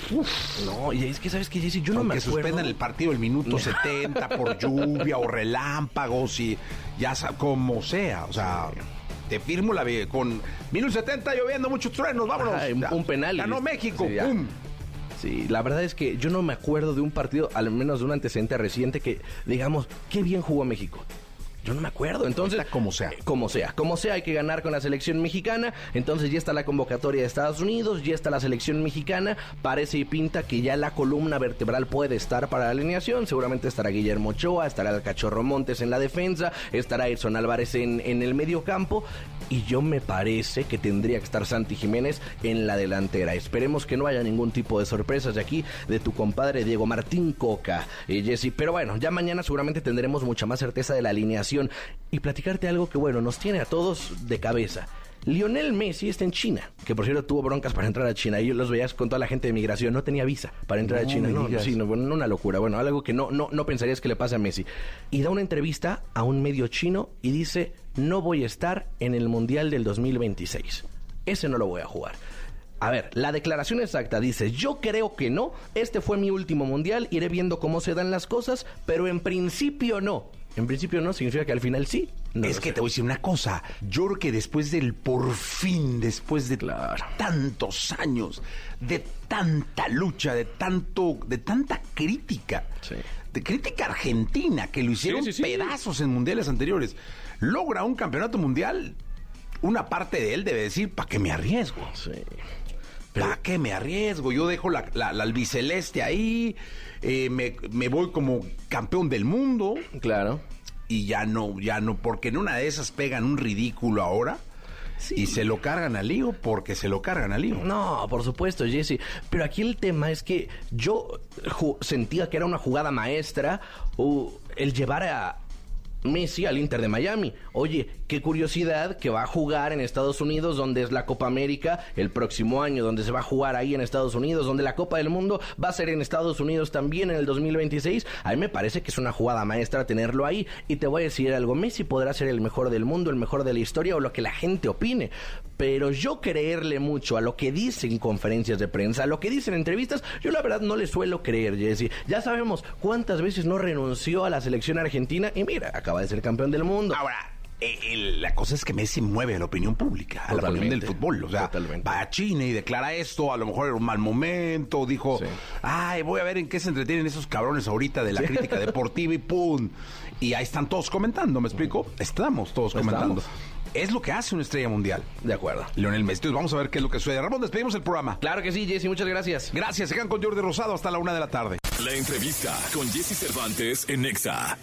Uf. No, y es que, ¿sabes qué, Jesse? Yo no me que acuerdo... suspendan el partido el minuto setenta por lluvia o relámpagos y ya sa- como sea, o sea... Sí. Te firmo la con minuto setenta lloviendo, muchos truenos, vámonos. Ajá, un, un penal. Ganó y... México, sí, ¡pum! Sí, la verdad es que yo no me acuerdo de un partido, al menos de un antecedente reciente, que digamos, qué bien jugó México. Yo no me acuerdo, entonces... Está como sea. Eh, como sea, como sea, hay que ganar con la selección mexicana. Entonces ya está la convocatoria de Estados Unidos, ya está la selección mexicana. Parece y pinta que ya la columna vertebral puede estar para la alineación. Seguramente estará Guillermo Ochoa, estará el Cachorro Montes en la defensa, estará Edson Álvarez en, en el medio campo. Y yo me parece que tendría que estar Santi Jiménez en la delantera. Esperemos que no haya ningún tipo de sorpresas de aquí, de tu compadre Diego Martín Coca, eh, Jesse. Pero bueno, ya mañana seguramente tendremos mucha más certeza de la alineación. Y platicarte algo que, bueno, nos tiene a todos de cabeza. Lionel Messi está en China, que por cierto tuvo broncas para entrar a China. Y yo los veías con toda la gente de migración, no tenía visa para entrar no, a China. No, sí, no, bueno, una locura. Bueno, algo que no, no, no pensarías que le pase a Messi. Y da una entrevista a un medio chino y dice, no voy a estar en el Mundial del dos mil veintiséis. Ese no lo voy a jugar. A ver, la declaración exacta dice, yo creo que no, este fue mi último mundial, iré viendo cómo se dan las cosas, pero en principio no. En principio no, significa que al final sí. No es que sé. Te voy a decir una cosa, yo creo que después del por fin, después de claro. tantos años, de tanta lucha, de tanto, de tanta crítica, sí. de crítica argentina, que lo hicieron sí, sí, sí. pedazos en mundiales anteriores, logra un campeonato mundial, una parte de él debe decir, ¿para qué me arriesgo? Sí. Pero... ¿Para qué me arriesgo? Yo dejo la, la, la albiceleste ahí, eh, me, me voy como campeón del mundo. Claro. Y ya no, ya no, porque en una de esas pegan un ridículo ahora. Sí. Y se lo cargan al lío porque se lo cargan al lío. No, por supuesto, Jesse. Pero aquí el tema es que yo ju- sentía que era una jugada maestra uh, el llevar a Messi al Inter de Miami. Oye, qué curiosidad que va a jugar en Estados Unidos, donde es la Copa América el próximo año, donde se va a jugar ahí en Estados Unidos, donde la Copa del Mundo va a ser en Estados Unidos también en el dos mil veintiséis. A mí me parece que es una jugada maestra tenerlo ahí. Y te voy a decir algo, Messi podrá ser el mejor del mundo, el mejor de la historia o lo que la gente opine. Pero yo creerle mucho a lo que dicen en conferencias de prensa, a lo que dicen en entrevistas, yo la verdad no le suelo creer, Jesse. Ya sabemos cuántas veces no renunció a la selección argentina y mira, acaba de ser campeón del mundo. Ahora, eh, el, la cosa es que Messi mueve a la opinión pública, a la opinión del fútbol. O sea, totalmente. Va a China y declara esto, a lo mejor era un mal momento, dijo, sí. ay, voy a ver en qué se entretienen esos cabrones ahorita de la sí. crítica deportiva y pum. Y ahí están todos comentando, ¿me explico? Estamos todos comentando. Estamos. Es lo que hace una estrella mundial. De acuerdo. Lionel Messi. Entonces vamos a ver qué es lo que sucede. Ramón, despedimos el programa. Claro que sí, Jesse. Muchas gracias. Gracias. Se quedan con Jordi Rosado hasta la una de la tarde. La entrevista con Jesse Cervantes en Nexa.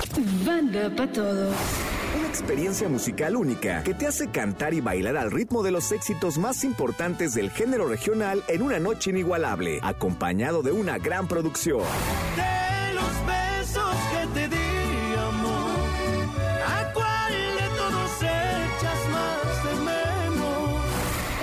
Banda pa' todos. Una experiencia musical única que te hace cantar y bailar al ritmo de los éxitos más importantes del género regional en una noche inigualable, acompañado de una gran producción. De los besos que te di, amor, ¿a cuál de todos echas más de menos?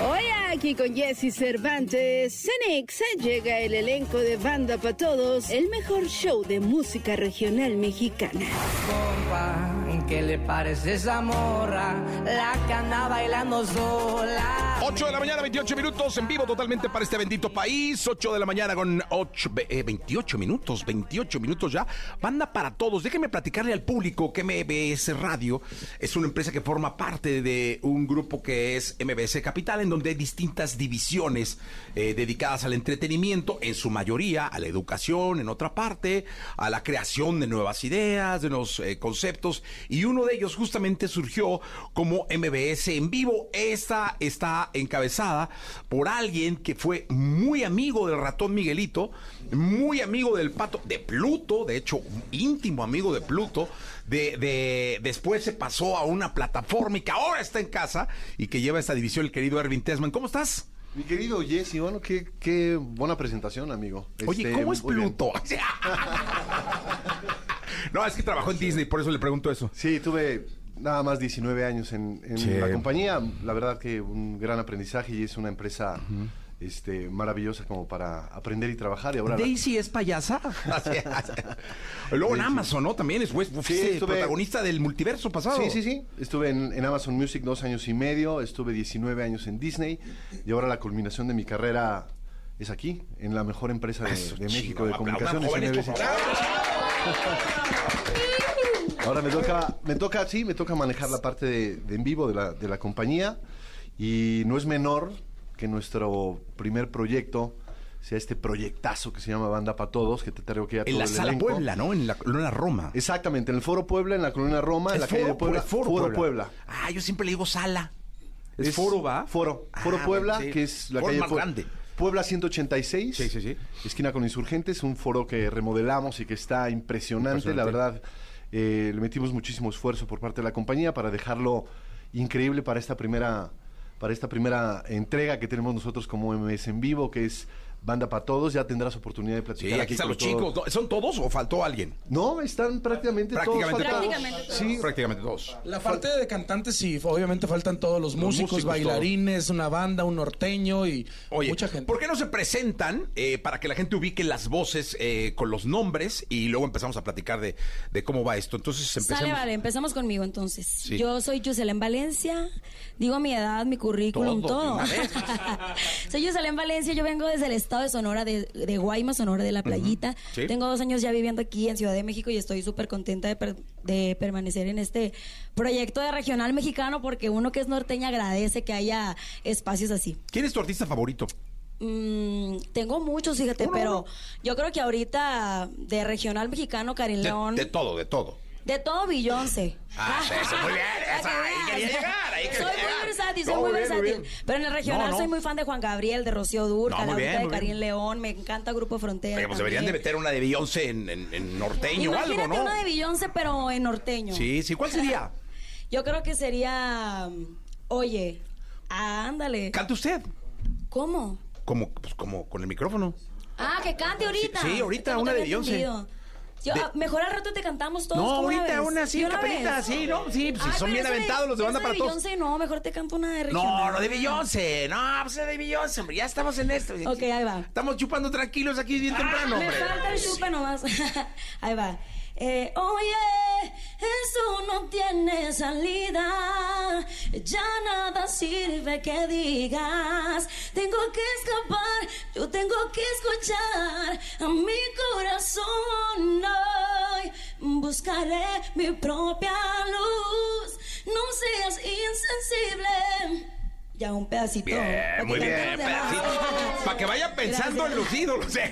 Aquí con Jesse Cervantes, en Exa llega el elenco de Banda Pa' Todos, el mejor show de música regional mexicana. Compa, ¿qué le parece esa morra? La que anda bailando sola. ocho de la mañana, veintiocho minutos, en vivo totalmente para este bendito país. ocho de la mañana con ocho, eh, veintiocho minutos, veintiocho minutos ya. Banda Para Todos. Déjenme platicarle al público que M B S Radio es una empresa que forma parte de un grupo que es M B S Capital, en donde hay distintas divisiones eh, dedicadas al entretenimiento, en su mayoría a la educación, en otra parte a la creación de nuevas ideas, de nuevos eh, conceptos, y uno de ellos justamente surgió como M B S En Vivo. Esta está encabezada por alguien que fue muy amigo del ratón Miguelito, muy amigo del Pato, de Pluto, de hecho, íntimo amigo de Pluto. De, de, después se pasó a una plataforma y que ahora está en casa y que lleva esta división el querido Ervin Tesman. ¿Cómo estás? Mi querido Jesse, bueno, qué, qué buena presentación, amigo. Oye, Este, ¿cómo es muy bien. Pluto? No, es que trabajó en Disney, por eso le pregunto eso. Sí, tuve nada más diecinueve años en, en Sí. la compañía. La verdad que un gran aprendizaje y es una empresa uh-huh. este, maravillosa como para aprender y trabajar. Y ahora Daisy la... es payasa. Luego en Amazon, ¿no? También es pues, sí, estuve... protagonista del multiverso pasado. Sí, sí, sí. Estuve en, en Amazon Music dos años y medio. Estuve diecinueve años en Disney. Y ahora la culminación de mi carrera es aquí, en la mejor empresa de, de México de comunicaciones. M B S. Ahora me toca, me toca, sí, me toca manejar la parte de, de en vivo de la, de la compañía, y no es menor que nuestro primer proyecto sea este proyectazo que se llama Banda Pa' Todos, que te traigo que ya todo en la el Sala elenco. Puebla, ¿no? En la colonia Roma. Exactamente, en el Foro Puebla, en la colonia Roma, en la calle de Puebla. Foro, Foro Puebla. Puebla. Ah, yo siempre le digo Sala. ¿Es, Es Foro, va? Foro, Foro Ah, Puebla, sí. que es la Foro calle más Pue- grande. Puebla ciento ochenta y seis, Sí, sí, sí. esquina con Insurgentes, un foro que remodelamos y que está impresionante, Impresionante. la verdad. Eh, le metimos muchísimo esfuerzo por parte de la compañía para dejarlo increíble para esta primera, para esta primera entrega que tenemos nosotros como M B S En Vivo, que es Banda Pa' Todos. Ya tendrás oportunidad de platicar. Sí, aquí están con los todo- chicos. ¿Son todos o faltó alguien? No, están prácticamente, Prácticamente todos. todos. faltados. todos. Sí, Prácticamente todos. La parte de cantantes, sí, obviamente faltan todos los, Los músicos, músicos, bailarines, una banda, un norteño y Oye, mucha gente. ¿por qué no se presentan eh, para que la gente ubique las voces eh, con los nombres y luego empezamos a platicar de, de cómo va esto? Entonces empecemos. Sale, vale, empezamos conmigo entonces. Sí. Yo soy Yuselén Valencia, digo mi edad, mi currículum, Todo, de todo. una vez. Soy Yuselén Valencia, yo vengo desde el estado de Sonora, de, de Guaymas, Sonora, de la Playita. Sí. Tengo dos años ya viviendo aquí en Ciudad de México y estoy súper contenta de, per- de permanecer en este proyecto de regional mexicano, porque uno que es norteña agradece que haya espacios así. ¿Quién es tu artista favorito? Mm, tengo muchos, fíjate, Uno, pero uno. yo creo que ahorita de regional mexicano, Karin De, León. de todo, de todo. De todo Beyoncé. Ah, sí, sí, muy bien, Para esa, que ahí veas. quería llegar, ahí quería Soy llegar. muy versátil, No, soy muy muy bien, muy versátil. bien. Pero en el regional No, no. soy muy fan de Juan Gabriel, de Rocío Dúrcal, No, muy ahorita bien, de muy Karin bien. León. Me encanta Grupo Frontera. Oye, pues deberían de también. meter una de Beyoncé en, en, en norteño o algo, Imagínate ¿no? una de Beyoncé, pero en norteño. Sí, sí. ¿Cuál sería? Yo creo que sería... Oye, ándale. ¿Cante usted? ¿Cómo? Como, pues, como con el micrófono. Ah, que cante ahorita. Sí, sí, ahorita, Es que no una te de había Beyoncé. entendido. Yo, De- ah, mejor al rato te cantamos todos. No, ¿cómo la ahorita ves? una así, ¿De una caperita, vez? sí, ¿no? Sí, pues, Ay, son pero bien eso aventados los de Banda eso Para Todos. Beyoncé, no, mejor te canto una de regional. No, no de Beyoncé. No, pues de Beyoncé, hombre. Ya estamos en esto. Ok, ahí va. Estamos chupando tranquilos aquí bien temprano, Me hombre. falta el chupe nomás. Ahí va. Eh, oye, eso no tiene salida. Ya nada sirve que digas. Tengo que escapar, yo tengo que escuchar a mi corazón. Hoy buscaré mi propia luz. No seas insensible. Ya un pedacito. Bien, Porque muy bien. cantamos de más. pedacito. Para que vayan pensando Gracias. en los ídolos. ¿eh?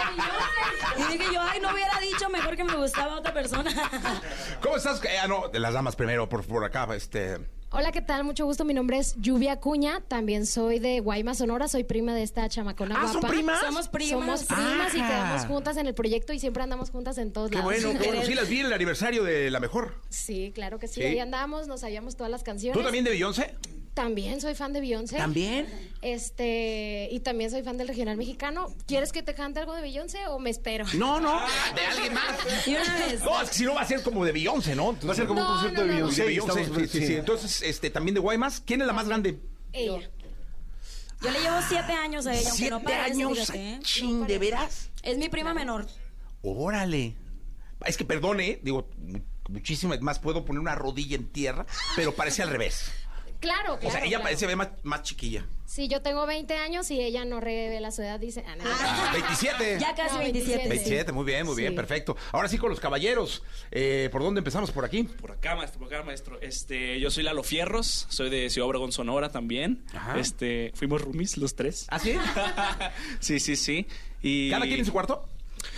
Y dije yo, ay, no hubiera dicho mejor que me gustaba otra persona. ¿Cómo estás? Eh, Ah, no, de las damas primero, por, por acá. Este. Hola, ¿qué tal? Mucho gusto. Mi nombre es Lluvia Acuña. También soy de Guaymas, Sonora. Soy prima de esta chamacona Ah, ¿son guapa. primas? Somos primas. Somos primas y Ajá. quedamos juntas en el proyecto y siempre andamos juntas en todos Qué lados. bueno, qué bueno. Sí, las vi en el aniversario de La Mejor. Sí, claro que sí. Sí. Ahí andamos, nos sabíamos todas las canciones. ¿Tú también de Beyoncé? También soy fan de Beyoncé. ¿También? Este, y también soy fan del regional mexicano. ¿Quieres que te cante algo de Beyoncé o me espero? No, no, de alguien más. Y una vez. No, es que si no va a ser como de Beyoncé, ¿no? Va a ser como un No, concierto no, de no. Beyoncé. De Beyoncé, Estamos- sí, sí, sí. Entonces, este, también de Guaymas. ¿Quién es la más grande? Ella. Yo le llevo siete años a ella, aunque no ¿Siete parece, años? fíjate, ¿eh? Chin, No ¿de parece. veras? Es mi prima menor. Órale. Es que perdone, ¿eh? digo, muchísimas más puedo poner una rodilla en tierra, pero parece al revés. Claro, claro. O sea, ella claro. parece ve más, más chiquilla. Sí, yo tengo veinte años y ella no revela su edad, dice... Ah, no. veintisiete. Ya casi No, veintisiete. veintisiete, muy bien, muy bien, Sí. perfecto. Ahora sí con los caballeros. Eh, ¿Por dónde empezamos? ¿Por aquí? Por acá, maestro, por acá, maestro. Este, yo soy Lalo Fierros, soy de Ciudad Obregón, Sonora también. Ajá. Este, fuimos roomies los tres. ¿Ah, sí? sí, sí, sí. Y... ¿Cada quien en su cuarto?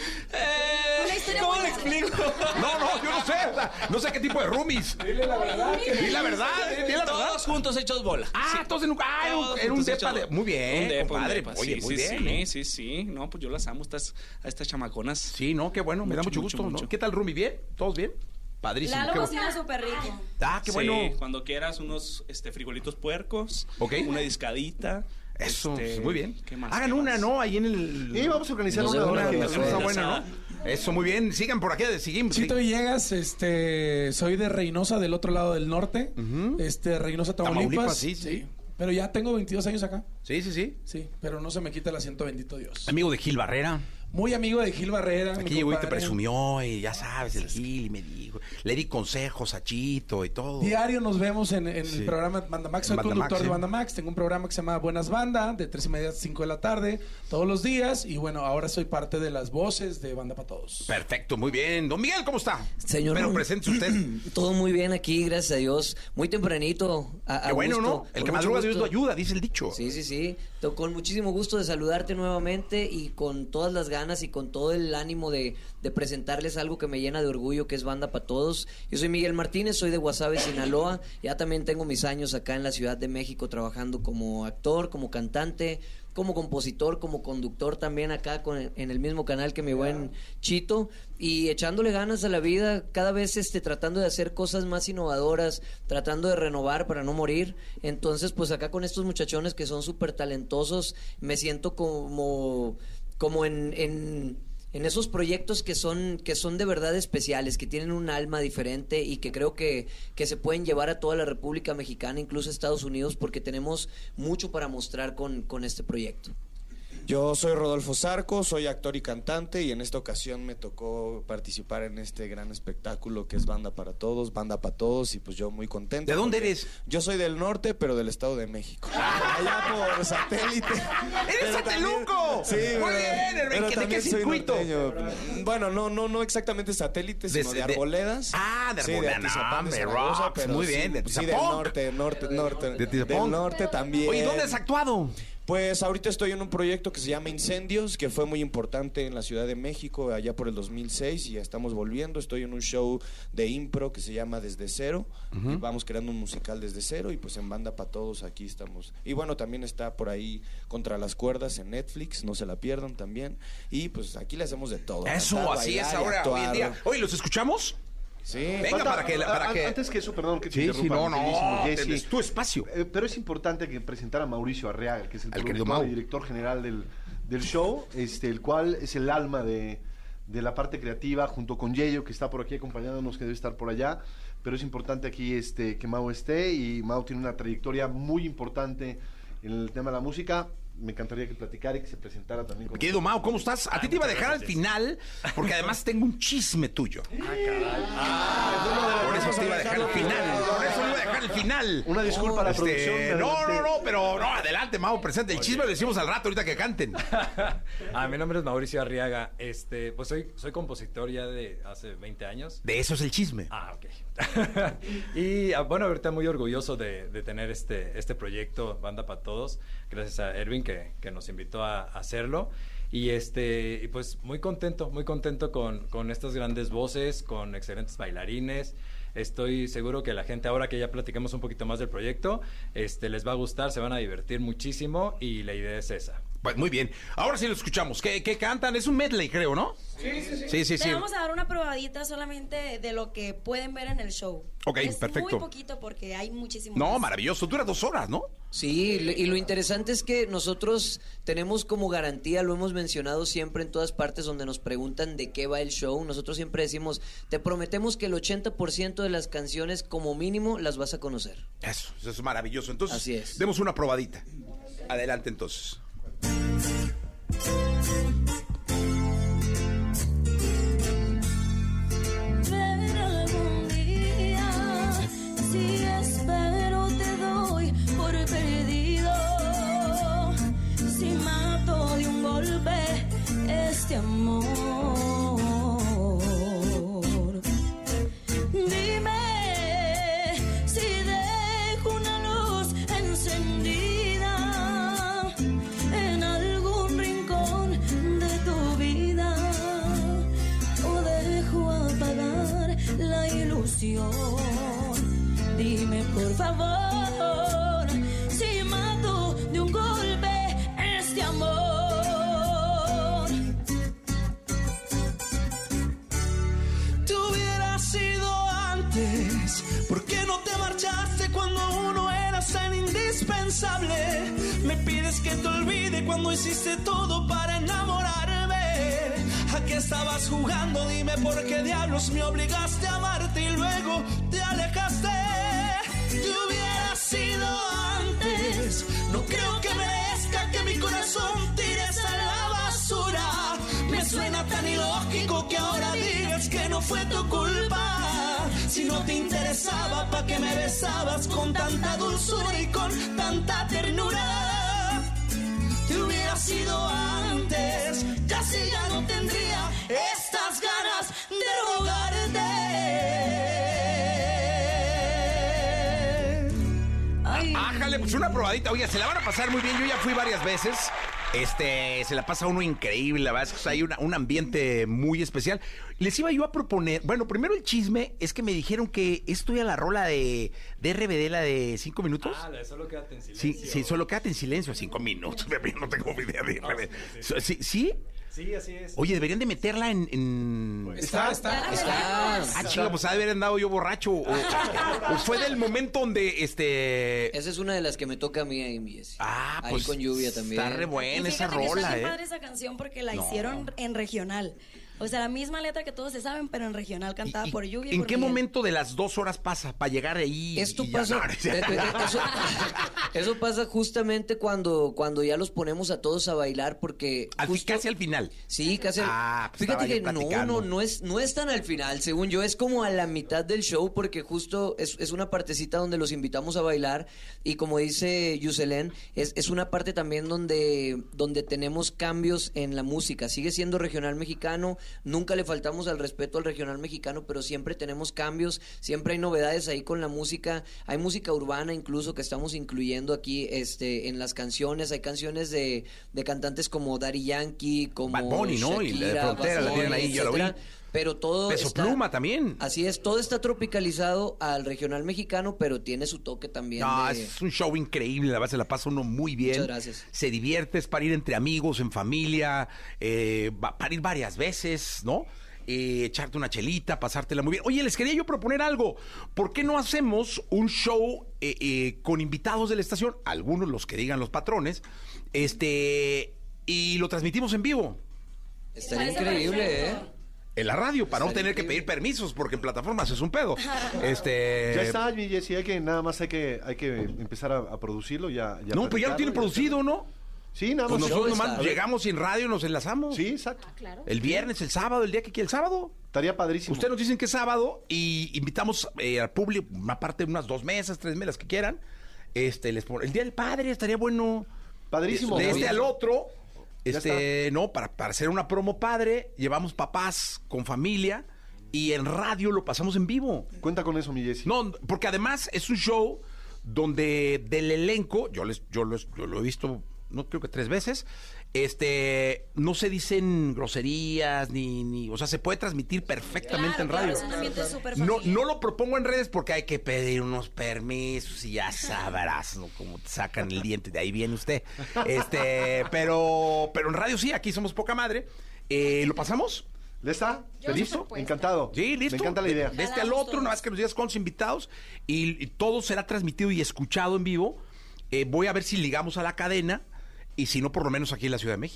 Eh, ¿Cómo le explico? No, no, yo no sé. O sea, no sé qué tipo de roomies. Dile la verdad. Dile la verdad. Dile la verdad. Todos juntos hechos bola. Ah, Sí. entonces nunca. Ah, era un, Todos era un juntos depa hechos de. bola. Muy bien, Un depa, un compadre. depa, Oye, sí, muy sí, bien. Sí, ¿eh? sí, sí. No, pues yo las amo estas, a estas chamaconas. Sí, no, qué bueno. Me da mucho Mucho, gusto. mucho, ¿no? mucho. ¿Qué tal, roomie? ¿Bien? ¿Todos bien? Padrísimo. Lalo qué cocina bueno. súper rico. Ah, qué Sí, bueno. cuando quieras unos este, frijolitos puercos. Ok. Una discadita. Eso, este, muy bien. ¿qué más? Hagan ¿Qué una, más? ¿no? Ahí en el. Sí, vamos a organizar No sé, una. una una- que- Está buena, ¿no? Eso, muy bien. Sigan por aquí, seguimos. Chito Villegas, este, soy de Reynosa, del otro lado del norte. Este, Reynosa, Tamaulipas. Tamaulipas, sí, sí. Pero ya tengo veintidós años acá. Sí, sí, sí. Sí, pero no se me quita el asiento, bendito Dios. Amigo de Gil Barrera. Muy amigo de Gil Barrera. Aquí mi llegó y te compadre. presumió y ya sabes, el Gil y me dijo. Le di consejos a Chito y todo. Diario nos vemos en, en Sí. el programa Banda Max. Soy Banda conductor Max, de sí. Banda Max. Tengo un programa que se llama Buenas Banda, de tres y media a cinco de la tarde, todos los días. Y bueno, ahora soy parte de las voces de Banda para Todos. Perfecto, muy bien. Don Miguel, ¿cómo está? Señor, Pero muy- presente usted. Todo muy bien aquí, gracias a Dios. Muy tempranito. A, a Qué bueno, gusto, ¿no? El con que mucho madruga Dios gusto. lo ayuda, dice el dicho. Sí, sí, sí. To- Con muchísimo gusto de saludarte nuevamente y con todas las ganas y con todo el ánimo de, de presentarles algo que me llena de orgullo, que es Banda para Todos. Yo soy Miguel Martínez, soy de Guasave, Sinaloa. Ya también tengo mis años acá en la Ciudad de México trabajando como actor, como cantante, como compositor, como conductor también acá con, en el mismo canal que mi buen Chito, y echándole ganas a la vida, cada vez este, tratando de hacer cosas más innovadoras, tratando de renovar para no morir. Entonces, pues acá con estos muchachones que son súper talentosos, me siento como, como en... en en esos proyectos que son que son de verdad especiales, que tienen un alma diferente y que creo que, que se pueden llevar a toda la República Mexicana, incluso a Estados Unidos, porque tenemos mucho para mostrar con, con este proyecto. Yo soy Rodolfo Zarco, soy actor y cantante y en esta ocasión me tocó participar en este gran espectáculo que es Banda para Todos, Banda para Todos, y pues yo muy contento. ¿De dónde porque eres? Yo soy del norte, pero del Estado de México. Allá por satélite. ¡Eres Pero sateluco! también- Sí, Muy pero- bien, Hermen, pero ¿de qué también soy circuito? norteño. Bueno, no, no, no exactamente satélite, sino de, De- de- Arboledas. Ah, de Sí, Arboledas, Atizapán, de hombre, Zaragoza, rocks, pero muy sí, bien, de sí, del Atizapán. norte, norte, norte. De Atizapán. Del norte también. Oye, ¿dónde has actuado? Pues ahorita estoy en un proyecto que se llama Incendios, que fue muy importante en la Ciudad de México, allá por el dos mil seis, y ya estamos volviendo. Estoy en un show de impro que se llama Desde Cero, y vamos creando un musical desde cero, y pues en Banda para Todos aquí estamos. Y bueno, también está por ahí Contra las Cuerdas en Netflix, no se la pierdan también. Y pues aquí le hacemos de todo. Eso, cantar, así es bailar y ahora, hoy en actuar. día. Oye, ¿los escuchamos? Sí. Venga, Falta- para que... Para a- que... Antes que eso, perdón que te Sí, sí, interrumpa, no, mi no, queridísimo Jesse. es tu espacio. Eh, pero es importante que presentar a Mauricio Arriaga, que es el Al querido productor Mau. y director general del, del show, este, el cual es el alma de, de la parte creativa, junto con Yeyo, que está por aquí acompañándonos, que debe estar por allá. Pero es importante aquí este, que Mau esté, y Mau tiene una trayectoria muy importante en el tema de la música. Me encantaría que platicara y que se presentara también. Mi querido Mau, ¿cómo estás? A ti te iba a dejar al final, porque además tengo un chisme tuyo. Por eso te iba a dejar al final. Por eso le iba a dejar al final. Una disculpa a la Este, producción. No, no, no, pero no, adelante, Mau, presente. El chisme lo decimos al rato, ahorita que canten. Ah, mi nombre es Mauricio Arriaga. Este, pues soy, soy compositor ya de hace veinte años. De eso es el chisme. Ah, ok. Y ah, bueno, ahorita muy orgulloso de, de tener este, este proyecto Banda para Todos, gracias a Erwin que, que nos invitó a, a hacerlo. Y este, y pues muy contento, muy contento con, con estas grandes voces, con excelentes bailarines. Estoy seguro que la gente, ahora que ya platiquemos un poquito más del proyecto, este, les va a gustar, se van a divertir muchísimo y la idea es esa. Pues muy bien. Ahora sí lo escuchamos. ¿Qué, qué cantan? Es un medley, creo, ¿no? Sí, sí, sí. Sí, sí, Te sí. vamos a dar una probadita solamente de lo que pueden ver en el show. Ok, es perfecto. muy poquito porque hay muchísimo No, más. maravilloso. Dura dos horas, ¿no? Sí, y lo interesante es que nosotros tenemos como garantía, lo hemos mencionado siempre en todas partes donde nos preguntan de qué va el show, nosotros siempre decimos, te prometemos que el ochenta por ciento de las canciones como mínimo las vas a conocer. Eso, eso es maravilloso. Entonces, Así es. demos una probadita. Adelante entonces. Pero algún día, si espero, te doy por perdido. Si mato de un golpe este amor. Dime si dejo una luz encendida en algún rincón de tu vida o dejo apagar la ilusión. Dime por favor si mato de un golpe este amor. Tú hubieras sido antes, ¿por qué no te marchaste cuando uno era tan indispensable? Me pides que te olvide cuando hiciste todo para enamorarme. ¿A qué estabas jugando? Dime por qué diablos me obligaste a amarte y luego te alejaste. Tú hubieras sido antes, no creo que merezca que mi corazón tires a la basura. Me suena tan ilógico que ahora digas que no fue tu culpa. Si no te interesaba, ¿pa' qué me besabas con tanta dulzura y con tanta ternura? Te hubiera sido antes, casi ya no tendría estas ganas de rogarte. Ay. Ájale, pues una probadita. Oye, se la van a pasar muy bien. Yo ya fui varias veces. Este, se la pasa uno increíble, la verdad es que hay una, un ambiente muy especial. Les iba yo a proponer, bueno, primero el chisme es que me dijeron que esto ya la rola de, de R B D, la de cinco minutos. Ah, la de Solo Quédate en Silencio. Sí, sí, Solo Quédate en Silencio, cinco minutos, no tengo idea de R B D. No, sí, ¿Sí? ¿Sí? Sí, así es. Oye, deberían de meterla en... en... Pues está, está, está. Ah, chico, pues ha de haber andado yo borracho. O, o fue del momento donde, este... Esa es una de las que me toca a mí ahí, mi Jessy. Ah, ahí pues con lluvia también. Está re buena esa Fíjate que rola, está bien ¿eh? padre esa canción porque la No. hicieron en regional. O sea, la misma letra que todos se saben, pero en regional cantada por Lluvia. y ¿En por qué Miguel. momento de las dos horas pasa para llegar ahí? Esto y ya? pasa, No, no, eh, eh, eso, eso pasa justamente cuando, cuando ya los ponemos a todos a bailar porque... Al fi- justo- casi al final. Sí, casi al Ah, pues Fíjate estaba que yo no, platicando. no, no es, no es tan al final, según yo, es como a la mitad del show porque justo es, es una partecita donde los invitamos a bailar y como dice Yuselén, es, es una parte también donde, donde tenemos cambios en la música. Sigue siendo regional mexicano, nunca le faltamos al respeto al regional mexicano, pero siempre tenemos cambios, siempre hay novedades ahí con la música, hay música urbana incluso que estamos incluyendo aquí este, en las canciones, hay canciones de, de cantantes como Daddy Yankee, como Bad Bunny, ¿no? Y la de Shakira, Frontera, Bad la tienen Bunny, ahí, yo la vi. etcétera. Pero todo Peso está- Pluma también. Así es, todo está tropicalizado al regional mexicano, pero tiene su toque también. No, de... es un show increíble, la verdad se la pasa uno muy bien. Muchas gracias. Se divierte, es para ir entre amigos, en familia, eh, va- para ir varias veces, ¿no? Eh, echarte una chelita, pasártela muy bien. Oye, les quería yo proponer algo. ¿Por qué no hacemos un show eh, eh, con invitados de la estación? Algunos, los que digan los patrones, este, y lo transmitimos en vivo. Estaría increíble, ¿eh? En la radio, para no Estaría tener que pedir permisos, porque en plataformas es un pedo. Este... Ya está, mi Jessy, hay que, nada más hay que, hay que empezar a, a producirlo, ya, ya No, pero ya lo tienen producido, ¿no? Sí, nada Pues más. nosotros Está. nomás A ver. llegamos y en radio nos enlazamos. Sí, exacto. El viernes, el sábado, el día que quiera, el sábado. Estaría padrísimo. Ustedes nos dicen que es sábado y invitamos eh, al público, una parte de unas dos mesas, tres mesas que quieran. Este, les pon- el día del padre estaría bueno. Padrísimo. De este al otro. Ya Este, no, para, para hacer una promo padre, llevamos papás con familia y en radio lo pasamos en vivo. Cuenta con eso, mi Jessy. No, porque además es un show donde del elenco, yo les, yo los- yo lo he visto, no creo que tres veces, este, no se dicen groserías ni, ni, o sea, se puede transmitir perfectamente en radio. Es un ambiente súper No, familiar. no lo propongo en redes porque hay que pedir unos permisos y ya sabrás, ¿no? Cómo te sacan el diente, de ahí viene usted. Este, pero, pero en radio sí, aquí somos poca madre. Eh, ¿Lo pasamos? ¿Le está? Yo ¿Listo? superpuesta. Encantado. Sí, listo. Me encanta la idea. De, de este al otro, nada más que nos digas cuántos invitados y, y todo será transmitido y escuchado en vivo. Eh, voy a ver si ligamos a la cadena y si no, por lo menos aquí en la Ciudad de México.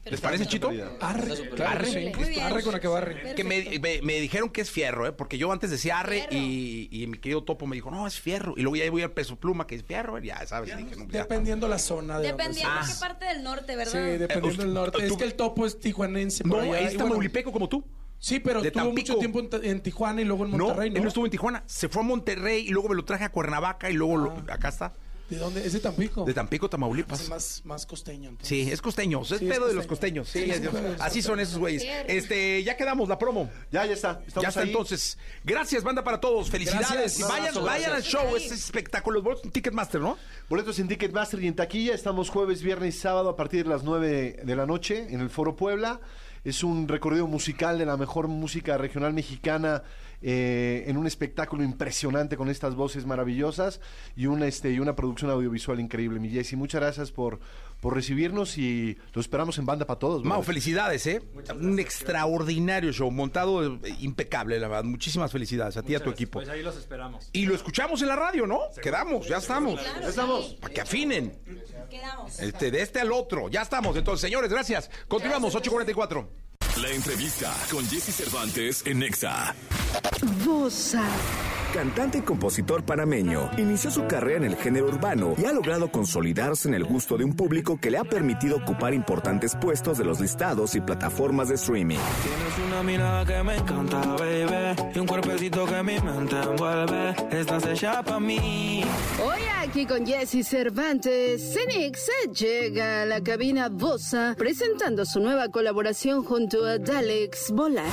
¿Les parece, Chito? Arre, claro, sí. Muy bien. Arre con la que barre. Que me, me, me dijeron que es fierro, ¿eh? Porque yo antes decía arre y, y mi querido Topo me dijo, no, es fierro. Y luego ya voy al Peso Pluma, que es fierro, ya sabes. Ya, dije, no, ya. Dependiendo la zona. De Dependiendo donde de qué parte del norte, ¿verdad? Sí, dependiendo Eh, del norte. tú- Es que el Topo es tijuanense. No, por allá, es y bueno, tamaulipeco como tú. Sí, pero de tuvo Tampico. mucho tiempo en, en Tijuana y luego en Monterrey, no, ¿no? él no estuvo en Tijuana. Se fue a Monterrey y luego me lo traje a Cuernavaca y luego lo- acá está. ¿De dónde? ¿Es de Tampico? De Tampico, Es Tamaulipas. más, más costeño. entonces. Sí, es costeño. Es Sí, pedo es de los costeño. costeños. Sí, Sí, es- sí, claro, así es son esos güeyes. Este, ya quedamos la promo. Ya, ya está. Estamos Ya está ahí. entonces. Gracias, banda para todos. Felicidades. Gracias. Y vayan, Gracias. vayan al show. Es espectáculo. Los boletos en Ticketmaster, ¿no? Boletos en Ticketmaster y en taquilla. Estamos jueves, viernes y sábado a partir de las nueve de la noche en el Foro Puebla. Es un recorrido musical de la mejor música regional mexicana eh, en un espectáculo impresionante con estas voces maravillosas y una, este, y una producción audiovisual increíble, mi Jessy. Muchas gracias por, por recibirnos y lo esperamos en Banda para Todos. Mau, brother. felicidades, ¿eh? Un extraordinario show, montado eh, impecable, la verdad. Muchísimas felicidades a ti y a tu equipo. Pues ahí los esperamos. Y lo escuchamos en la radio, ¿no? Quedamos, ya estamos. Claro, ya estamos. sí. Para que afinen. Quedamos. Este, de este al otro. Ya estamos. Entonces, señores, gracias. Continuamos, ocho cuarenta y cuatro. La entrevista con Jesse Cervantes en Nexa. Bossa. Cantante y compositor panameño, inició su carrera en el género urbano y ha logrado consolidarse en el gusto de un público que le ha permitido ocupar importantes puestos de los listados y plataformas de streaming. Tienes una mirada que me encanta, baby, y un cuerpecito que mi mente envuelve. Estás hecha para mí. Hoy aquí con Jesse Cervantes, Cenix llega a la cabina Bossa presentando su nueva colaboración junto a Dalex Volar.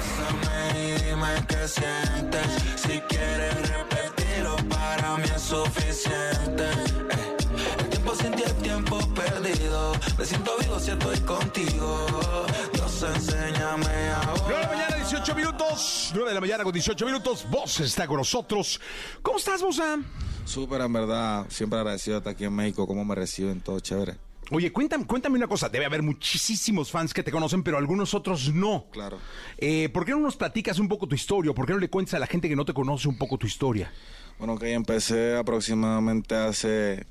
Dime qué sientes. Si quieres repetirlo, para mí es suficiente. Eh, el tiempo sin ti es tiempo perdido. Me siento vivo si estoy contigo. Dios, enséñame ahora. nueve de la mañana, dieciocho minutos. nueve de la mañana con dieciocho minutos. Vos está con nosotros. ¿Cómo estás, Bossa? Súper, en verdad. Siempre agradecido de estar aquí en México. Cómo me reciben, todo chévere. Oye, cuéntame, cuéntame una cosa. Debe haber muchísimos fans que te conocen, pero algunos otros no. Claro. Eh, ¿Por qué no nos platicas un poco tu historia? ¿Por qué no le cuentas a la gente que no te conoce un poco tu historia? Bueno, que empecé aproximadamente hace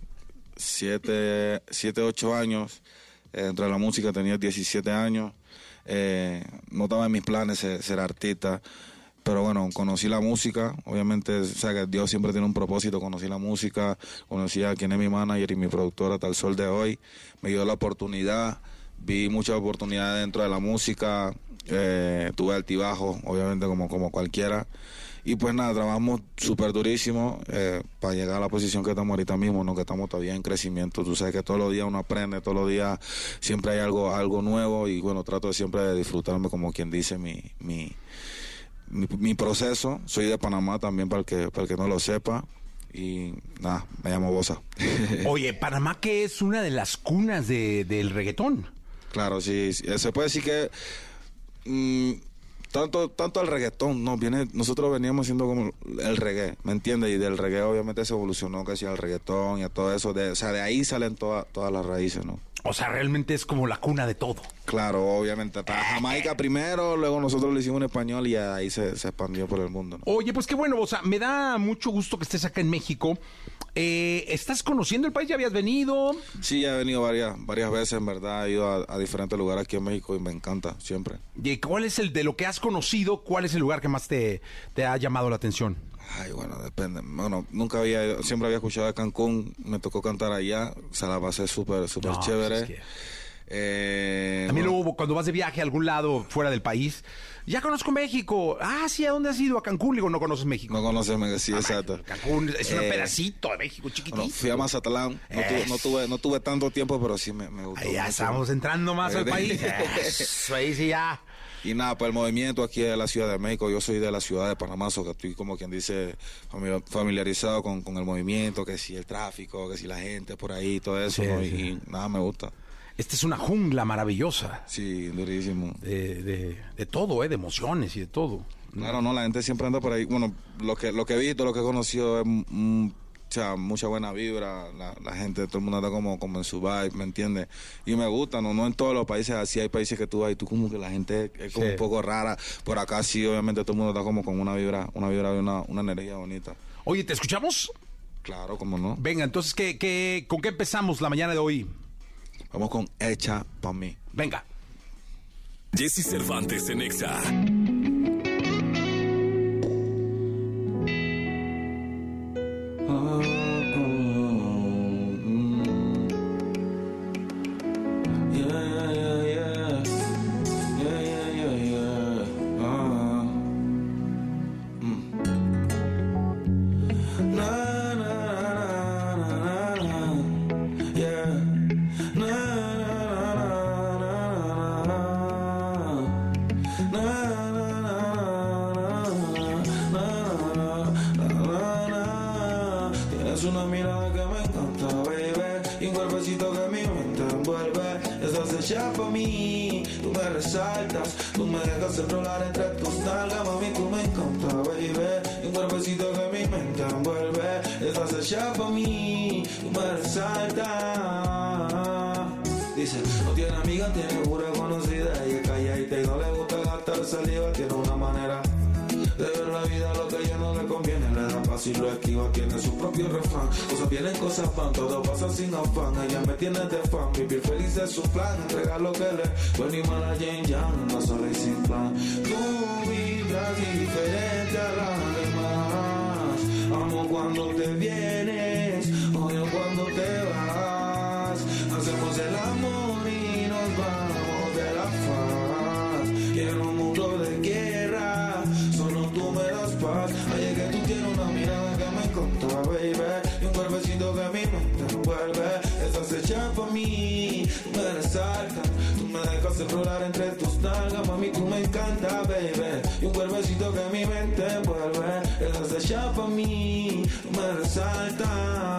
siete, siete ocho años. Eh, dentro de la música tenía diecisiete años. Eh, no estaba en mis planes ser, ser artista. Pero bueno, conocí la música, obviamente, o sea que Dios siempre tiene un propósito, conocí la música, conocí a quien es mi manager y mi productora hasta el sol de hoy, me dio la oportunidad, vi muchas oportunidades dentro de la música, eh, tuve altibajos, obviamente como, como cualquiera, y pues nada, trabajamos súper durísimo eh, para llegar a la posición que estamos ahorita mismo, ¿no? Que estamos todavía en crecimiento, tú sabes que todos los días uno aprende, todos los días siempre hay algo, algo nuevo, y bueno, trato de siempre de disfrutarme como quien dice mi... mi Mi, mi proceso. Soy de Panamá también, para el que, para el que no lo sepa. Y nada, me llamo Bossa. Oye, Panamá que es una de las cunas de, del reggaetón. Claro, sí, sí. Se puede decir que mmm, tanto tanto el reggaetón, no, viene, nosotros veníamos haciendo como el reggae, ¿me entiendes? Y del reggae obviamente se evolucionó casi al reggaetón y a todo eso. De, o sea, de ahí salen toda, todas las raíces, ¿no? O sea, realmente es como la cuna de todo. Claro, obviamente. Hasta Jamaica primero, luego nosotros lo hicimos en español y ahí se, se expandió por el mundo, ¿no? Oye, pues qué bueno, o sea, me da mucho gusto que estés acá en México. Eh, ¿Estás conociendo el país? ¿Ya habías venido? Sí, ya he venido varias, varias veces, en verdad. He ido a, a diferentes lugares aquí en México y me encanta, siempre. ¿Y cuál es el de lo que has conocido? ¿Cuál es el lugar que más te, te ha llamado la atención? Ay, bueno, depende. Bueno, nunca había, siempre había escuchado de Cancún, me tocó cantar allá, se la pasé súper, súper No, chévere. pues es que- Eh, También bueno, luego, cuando vas de viaje a algún lado fuera del país, ya conozco México. Ah, sí, ¿a dónde has ido? A Cancún. Digo, no conoces México. No conoces México, sí, exacto. Cancún es un Eh, pedacito de México chiquitito. Bueno, fui a Mazatlán, no tuve, no, tuve, no tuve tanto tiempo, pero sí me, me gustó. Ahí ya mucho. estamos entrando más al país. Eso, ahí sí ya. Y nada, pues el movimiento aquí de la Ciudad de México, yo soy de la ciudad de Panamá, so que estoy como quien dice fami- familiarizado con, con el movimiento, que si el tráfico, que si la gente por ahí, todo eso, Sí, ¿no? sí. Y, y nada, me gusta. Esta es una jungla maravillosa. Sí, durísimo. De, de, de todo, ¿eh? De emociones y de todo. Claro, no, la gente siempre anda por ahí. Bueno, lo que, lo que he visto, lo que he conocido es mm, o sea, mucha buena vibra. La, la gente, todo el mundo está como, como en su vibe, ¿me entiendes? Y me gusta, ¿no? No en todos los países así, hay países que tú vas y tú como que la gente es como Sí. un poco rara. Por acá sí, obviamente todo el mundo está como con una vibra, una vibra, una, una energía bonita. Oye, ¿te escuchamos? Claro, cómo no. Venga, entonces, ¿qué, qué, ¿con qué empezamos la mañana de hoy? Vamos con Hecha Pa' mí. Venga. Jesse Cervantes en Nexa. Una mirada que me encanta, baby, y un cuerpecito que mi mente envuelve. Estás hecha pa' mí, tú me resaltas, tú me dejas enrolar entre tus nalgas, mami, tú me encanta, baby, y un cuerpecito que mi mente envuelve. Estás hecha pa' mí, tú me resaltas. Dice, no tiene amiga, tiene pura conocida, ella es calladita y no le gusta gastar saliva, tiene una manera de ver la vida, lo que a ella no le conviene, le da paz y lo esquiva, tiene su propio refrán. Cosas vienen, cosas van, todo pasa sin afán. Ella me tiene de fan, vivir feliz es su plan, entregar lo que le bueno y mala Jane Young, no sola y sin plan. Tú vibras diferente a las demás, amo cuando te vienes, odio cuando te vas. Hacemos el amor y nos vamos de la faz, y en un mundo de guerra solo tú me das paz. Ay, es que tú tienes una mirada que me encanta, baby, y un cuerpecito que mi mente envuelve. Estás hecha pa' mí, tú me resaltas, tú me dejas enrolar entre tus nalgas, mami, tú me encanta, baby, y un cuerpecito que mi mente envuelve. Estás hecha pa' mí, tú me resaltas.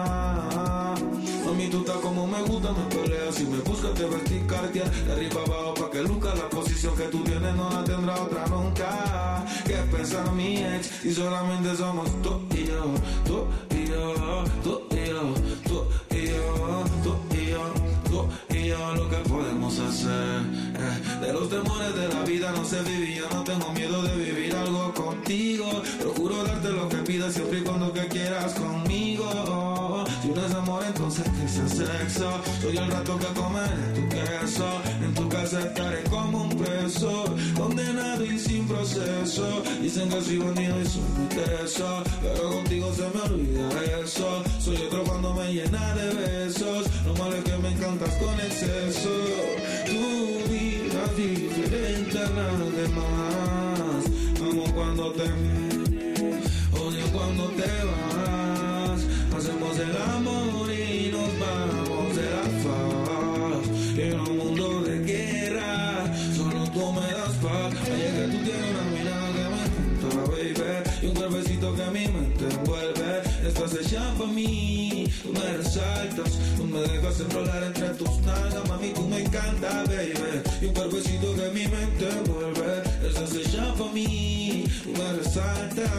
Mami, tú estás como me gusta, me peleas, si me buscas te vestí Cartier, de arriba abajo pa' que luzca, la posición que tú tienes no la tendrá otra nunca. ¿Qué pensar mi ex si solamente somos tú y yo, tú y yo, tú y yo, tú y yo, tú y yo, tú y yo? Lo que podemos hacer, eh, de los temores de la vida no sé vivir, yo no tengo miedo de vivir algo contigo, procuro darte lo que pidas siempre y cuando que quieras conmigo. Si no es amor entonces que sea sexo, soy el rato que comeré tu queso, en tu casa estaré como un preso, condenado y sin proceso. Dicen que soy bonito y soy muy teso, pero contigo se me olvida eso. Soy otro cuando me llena de besos, lo malo es que me encantas con exceso. Tú vibras diferente a las demás, amo cuando te vienes, odio cuando te vas. Hacemos el amor y nos vamos de la faz, y en un mundo de guerra solo tú me das paz. Ay, es que tú tienes una mirada que me encanta, baby, y un cuerpecito que mi mente envuelve. Estás hecha pa' mí, tú me resaltas, tú me dejas enrolar entre tus nalgas, mami, tú me encanta, baby, y un cuerpecito que mi mente envuelve. Estás hecha pa' mí, tú me resaltas.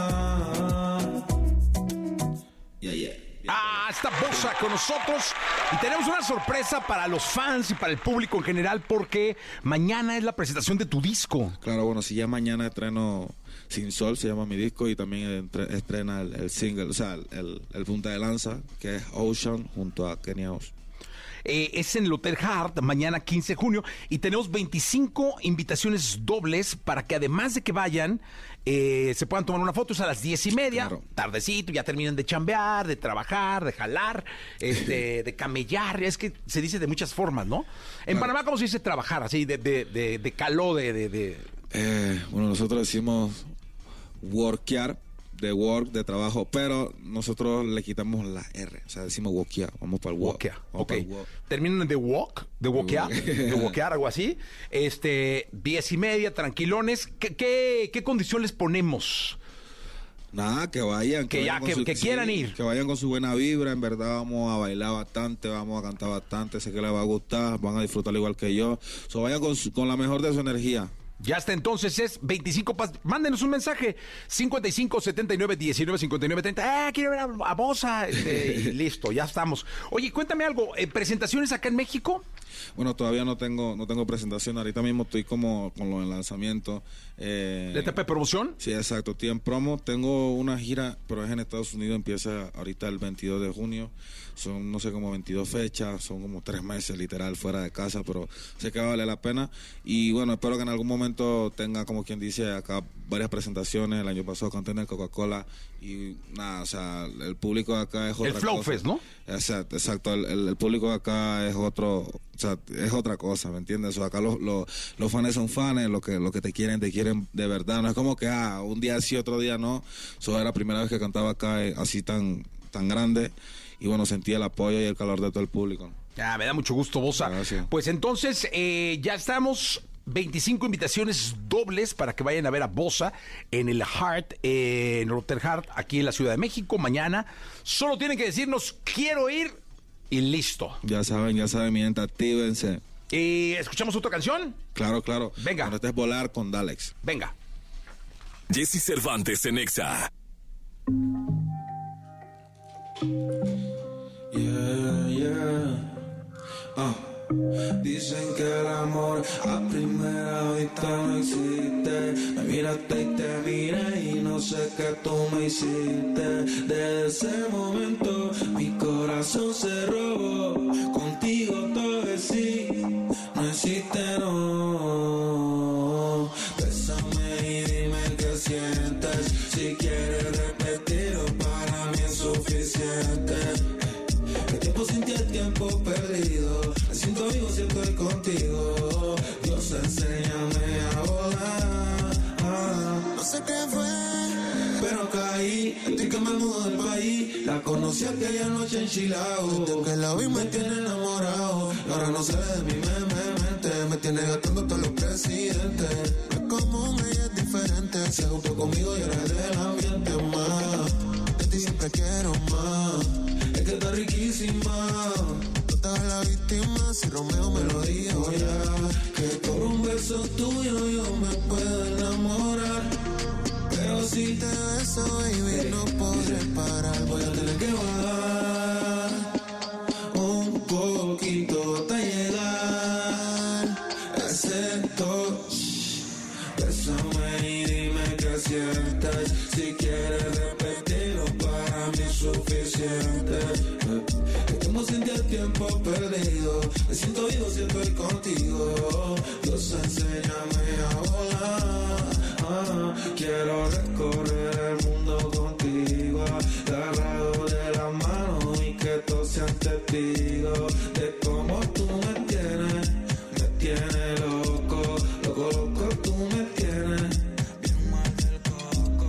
Yeah, yeah. Ah, está Bosa con nosotros y tenemos una sorpresa para los fans y para el público en general porque mañana es la presentación de tu disco. Claro, bueno, si ya mañana estreno Sin Sol, se llama mi disco, y también entre, estrena el, el single, o sea, el, el punta de lanza, que es Ocean, junto a Kenya Oz. Eh, es en el Hotel Hart, mañana quince de junio, y tenemos veinticinco invitaciones dobles para que además de que vayan, eh, se puedan tomar una foto. Es a las diez y media, claro, tardecito, ya terminan de chambear, de trabajar, de jalar, este, de camellar. Es que se dice de muchas formas, ¿no? En claro. Panamá, ¿cómo se dice trabajar? Así, de, de, de, de caló, de... de, de... Eh, bueno, nosotros decimos workear, de work, de trabajo, pero nosotros le quitamos la R, o sea, decimos walkear, vamos para el walk. Walkear, ok. Walk. Terminan de walk, de walkear, de walkear, algo así. Este, diez y media, tranquilones. ¿Qué, qué, qué condición les ponemos? Nada, que vayan. Que, que ya, vayan que, su, que quieran sí, ir. Que vayan con su buena vibra, en verdad vamos a bailar bastante, vamos a cantar bastante, sé que les va a gustar, van a disfrutar igual que yo. So, vayan con, su, con la mejor de su energía. Ya hasta entonces es veinticinco pas... Mándenos un mensaje. cincuenta y cinco, setenta y nueve, diecinueve, cincuenta y nueve, treinta. Ah, quiero ver a, a Bosa. Este, y listo, ya estamos. Oye, cuéntame algo. ¿eh, ¿Presentaciones acá en México? Bueno, todavía no tengo no tengo presentación. Ahorita mismo estoy como con lo del lanzamiento. Eh, ¿De etapa de promoción? Sí, exacto. Estoy en promo. Tengo una gira, pero es en Estados Unidos. Empieza ahorita el veintidós de junio. Son, no sé, como veintidós fechas. Son como tres meses, literal, fuera de casa. Pero sé que vale la pena. Y bueno, espero que en algún momento tenga, como quien dice, acá varias presentaciones. El año pasado canté en el Coca-Cola. Y nada, o sea, el público de acá es otra cosa. El Flow cosa. Fest, ¿no? Exacto, exacto. El, el, el público de acá es otro... O sea, es otra cosa, ¿me entiendes? O sea, acá los, los, los fans son fans, los que, los que te quieren, te quieren de verdad. No es como que, ah, un día sí, otro día no. Eso era la primera vez que cantaba acá eh, así tan, tan grande. Y bueno, sentía el apoyo y el calor de todo el público. Ah, me da mucho gusto, Bosa. Gracias. Pues entonces, eh, ya estamos... veinticinco invitaciones dobles para que vayan a ver a Bosa en el Heart, eh, en el Hotel Heart, aquí en la Ciudad de México, mañana. Solo tienen que decirnos, quiero ir, y listo. Ya saben, ya saben, mi gente, actívense. ¿Y escuchamos otra canción? Claro, claro. Venga. Cuando estés Volar con Dalex. Venga. Jesse Cervantes en Exa. Yeah, yeah. Ah. Dicen que el amor a primera vista no existe. Me miraste y te miré y no sé qué tú me hiciste. Desde ese momento mi corazón se robó. Contigo todo es sí, no existe no. Bésame y dime qué sientes. Si quieres repetirlo para mí es suficiente. El tiempo sin ti es tiempo perdido. Me siento vivo si estoy contigo. Dios, enséñame a volar. Ah, no sé qué fue, pero caí. Estoy que me mudo del país. La conocí aquella noche en Chilao. Desde que la vi me tiene enamorado. Y ahora no sale de mi mente. Me tiene gastando todos los presidentes. No es común, ella es diferente. Se juntó conmigo y ahora es del ambiente más. De ti siempre quiero más. Es que está riquísima. Tú estás la víctima. Si Romeo me lo dijo ya. Que por un beso tuyo yo me puedo enamorar. Pero si te beso, baby, no podré parar. Voy a tener que bajar un poquito hasta llegar a ese touch. Bésame y dime qué sientes. Si quieres repetirlo, para mí es suficiente. Estamos sin el tiempo perdido. Me siento vivo si estoy contigo. Dios, enséñame a volar. Ah, quiero recorrer el mundo contigo, agarrado de la mano y que todos sean testigos de cómo tú me tienes, me tienes loco, loco, loco, tú me tienes bien mal del coco.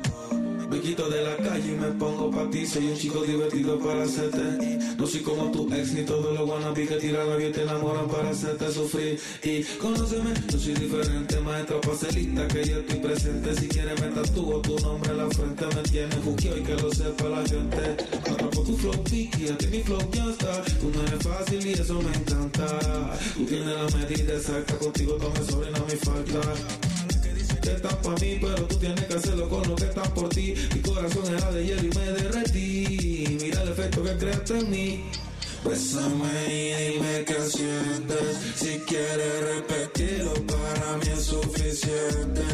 Me quito de la calle y me pongo pa' ti, soy un chico divertido para hacerte. No soy como tu ex ni todos los wannabes que tiran la vida y te enamoran para hacerte sufrir. Y conóceme, yo soy diferente, maestra parcelista que yo estoy presente. Si quieres me tatúo tu nombre en la frente. Me tienes juqueo y que lo sepa la gente. Atrapo tu flow piqui, a ti mi flow ya está. Tú no eres fácil y eso me encanta. Tú tienes la medida exacta, contigo todo me sobra y no me falta. Que estás pa' mí, pero tú tienes que hacerlo con lo que estás por ti. Mi corazón era de hielo y me derretí. Mira el efecto que creaste en mí. Bésame y dime qué sientes. Si quieres repetirlo, para mí es suficiente.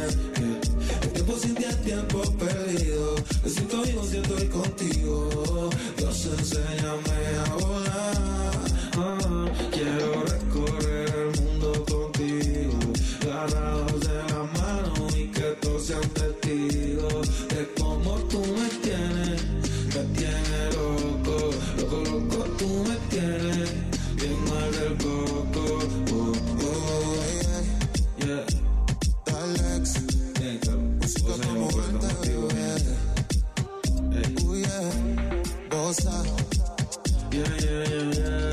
El tiempo sin ti es tiempo perdido. Me siento vivo si estoy contigo. Dios, enséñame a volar. Ah, quiero recorrer el mundo contigo, agarrados de la mano y que todos sean testigos de cómo tú me tienes, me tienes loco, loco, loco, tú me tienes bien mal del coco. Oh, oh, yeah, yeah. Dalex, música como vente, yeah. Oh, yeah. Bosa, yeah, yeah, yeah, yeah.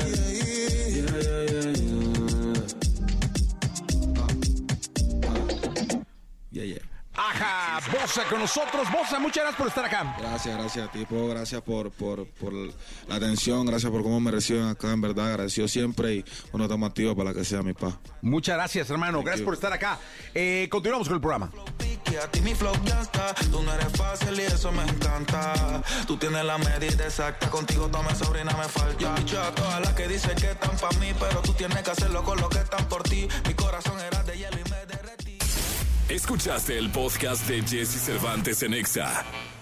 Ajá, Bosa con nosotros. Bosa, muchas gracias por estar acá. Gracias, gracias, tipo. Gracias por, por, por la atención. Gracias por cómo me reciben acá. En verdad, agradecido siempre. Y uno estamos activos para que sea mi paz. Muchas gracias, hermano. Gracias por estar acá. Eh, continuamos con el programa. A ti mi flow ya está, tú no eres fácil y eso me encanta. Tú tienes la medida exacta, contigo toda mi sobrina me falta. Yo picho a todas las que dicen que están pa' mí, pero tú tienes que hacerlo con lo que están por ti. Mi corazón era de hielo y me derretí. Escuchaste el podcast de Jesse Cervantes en Exa.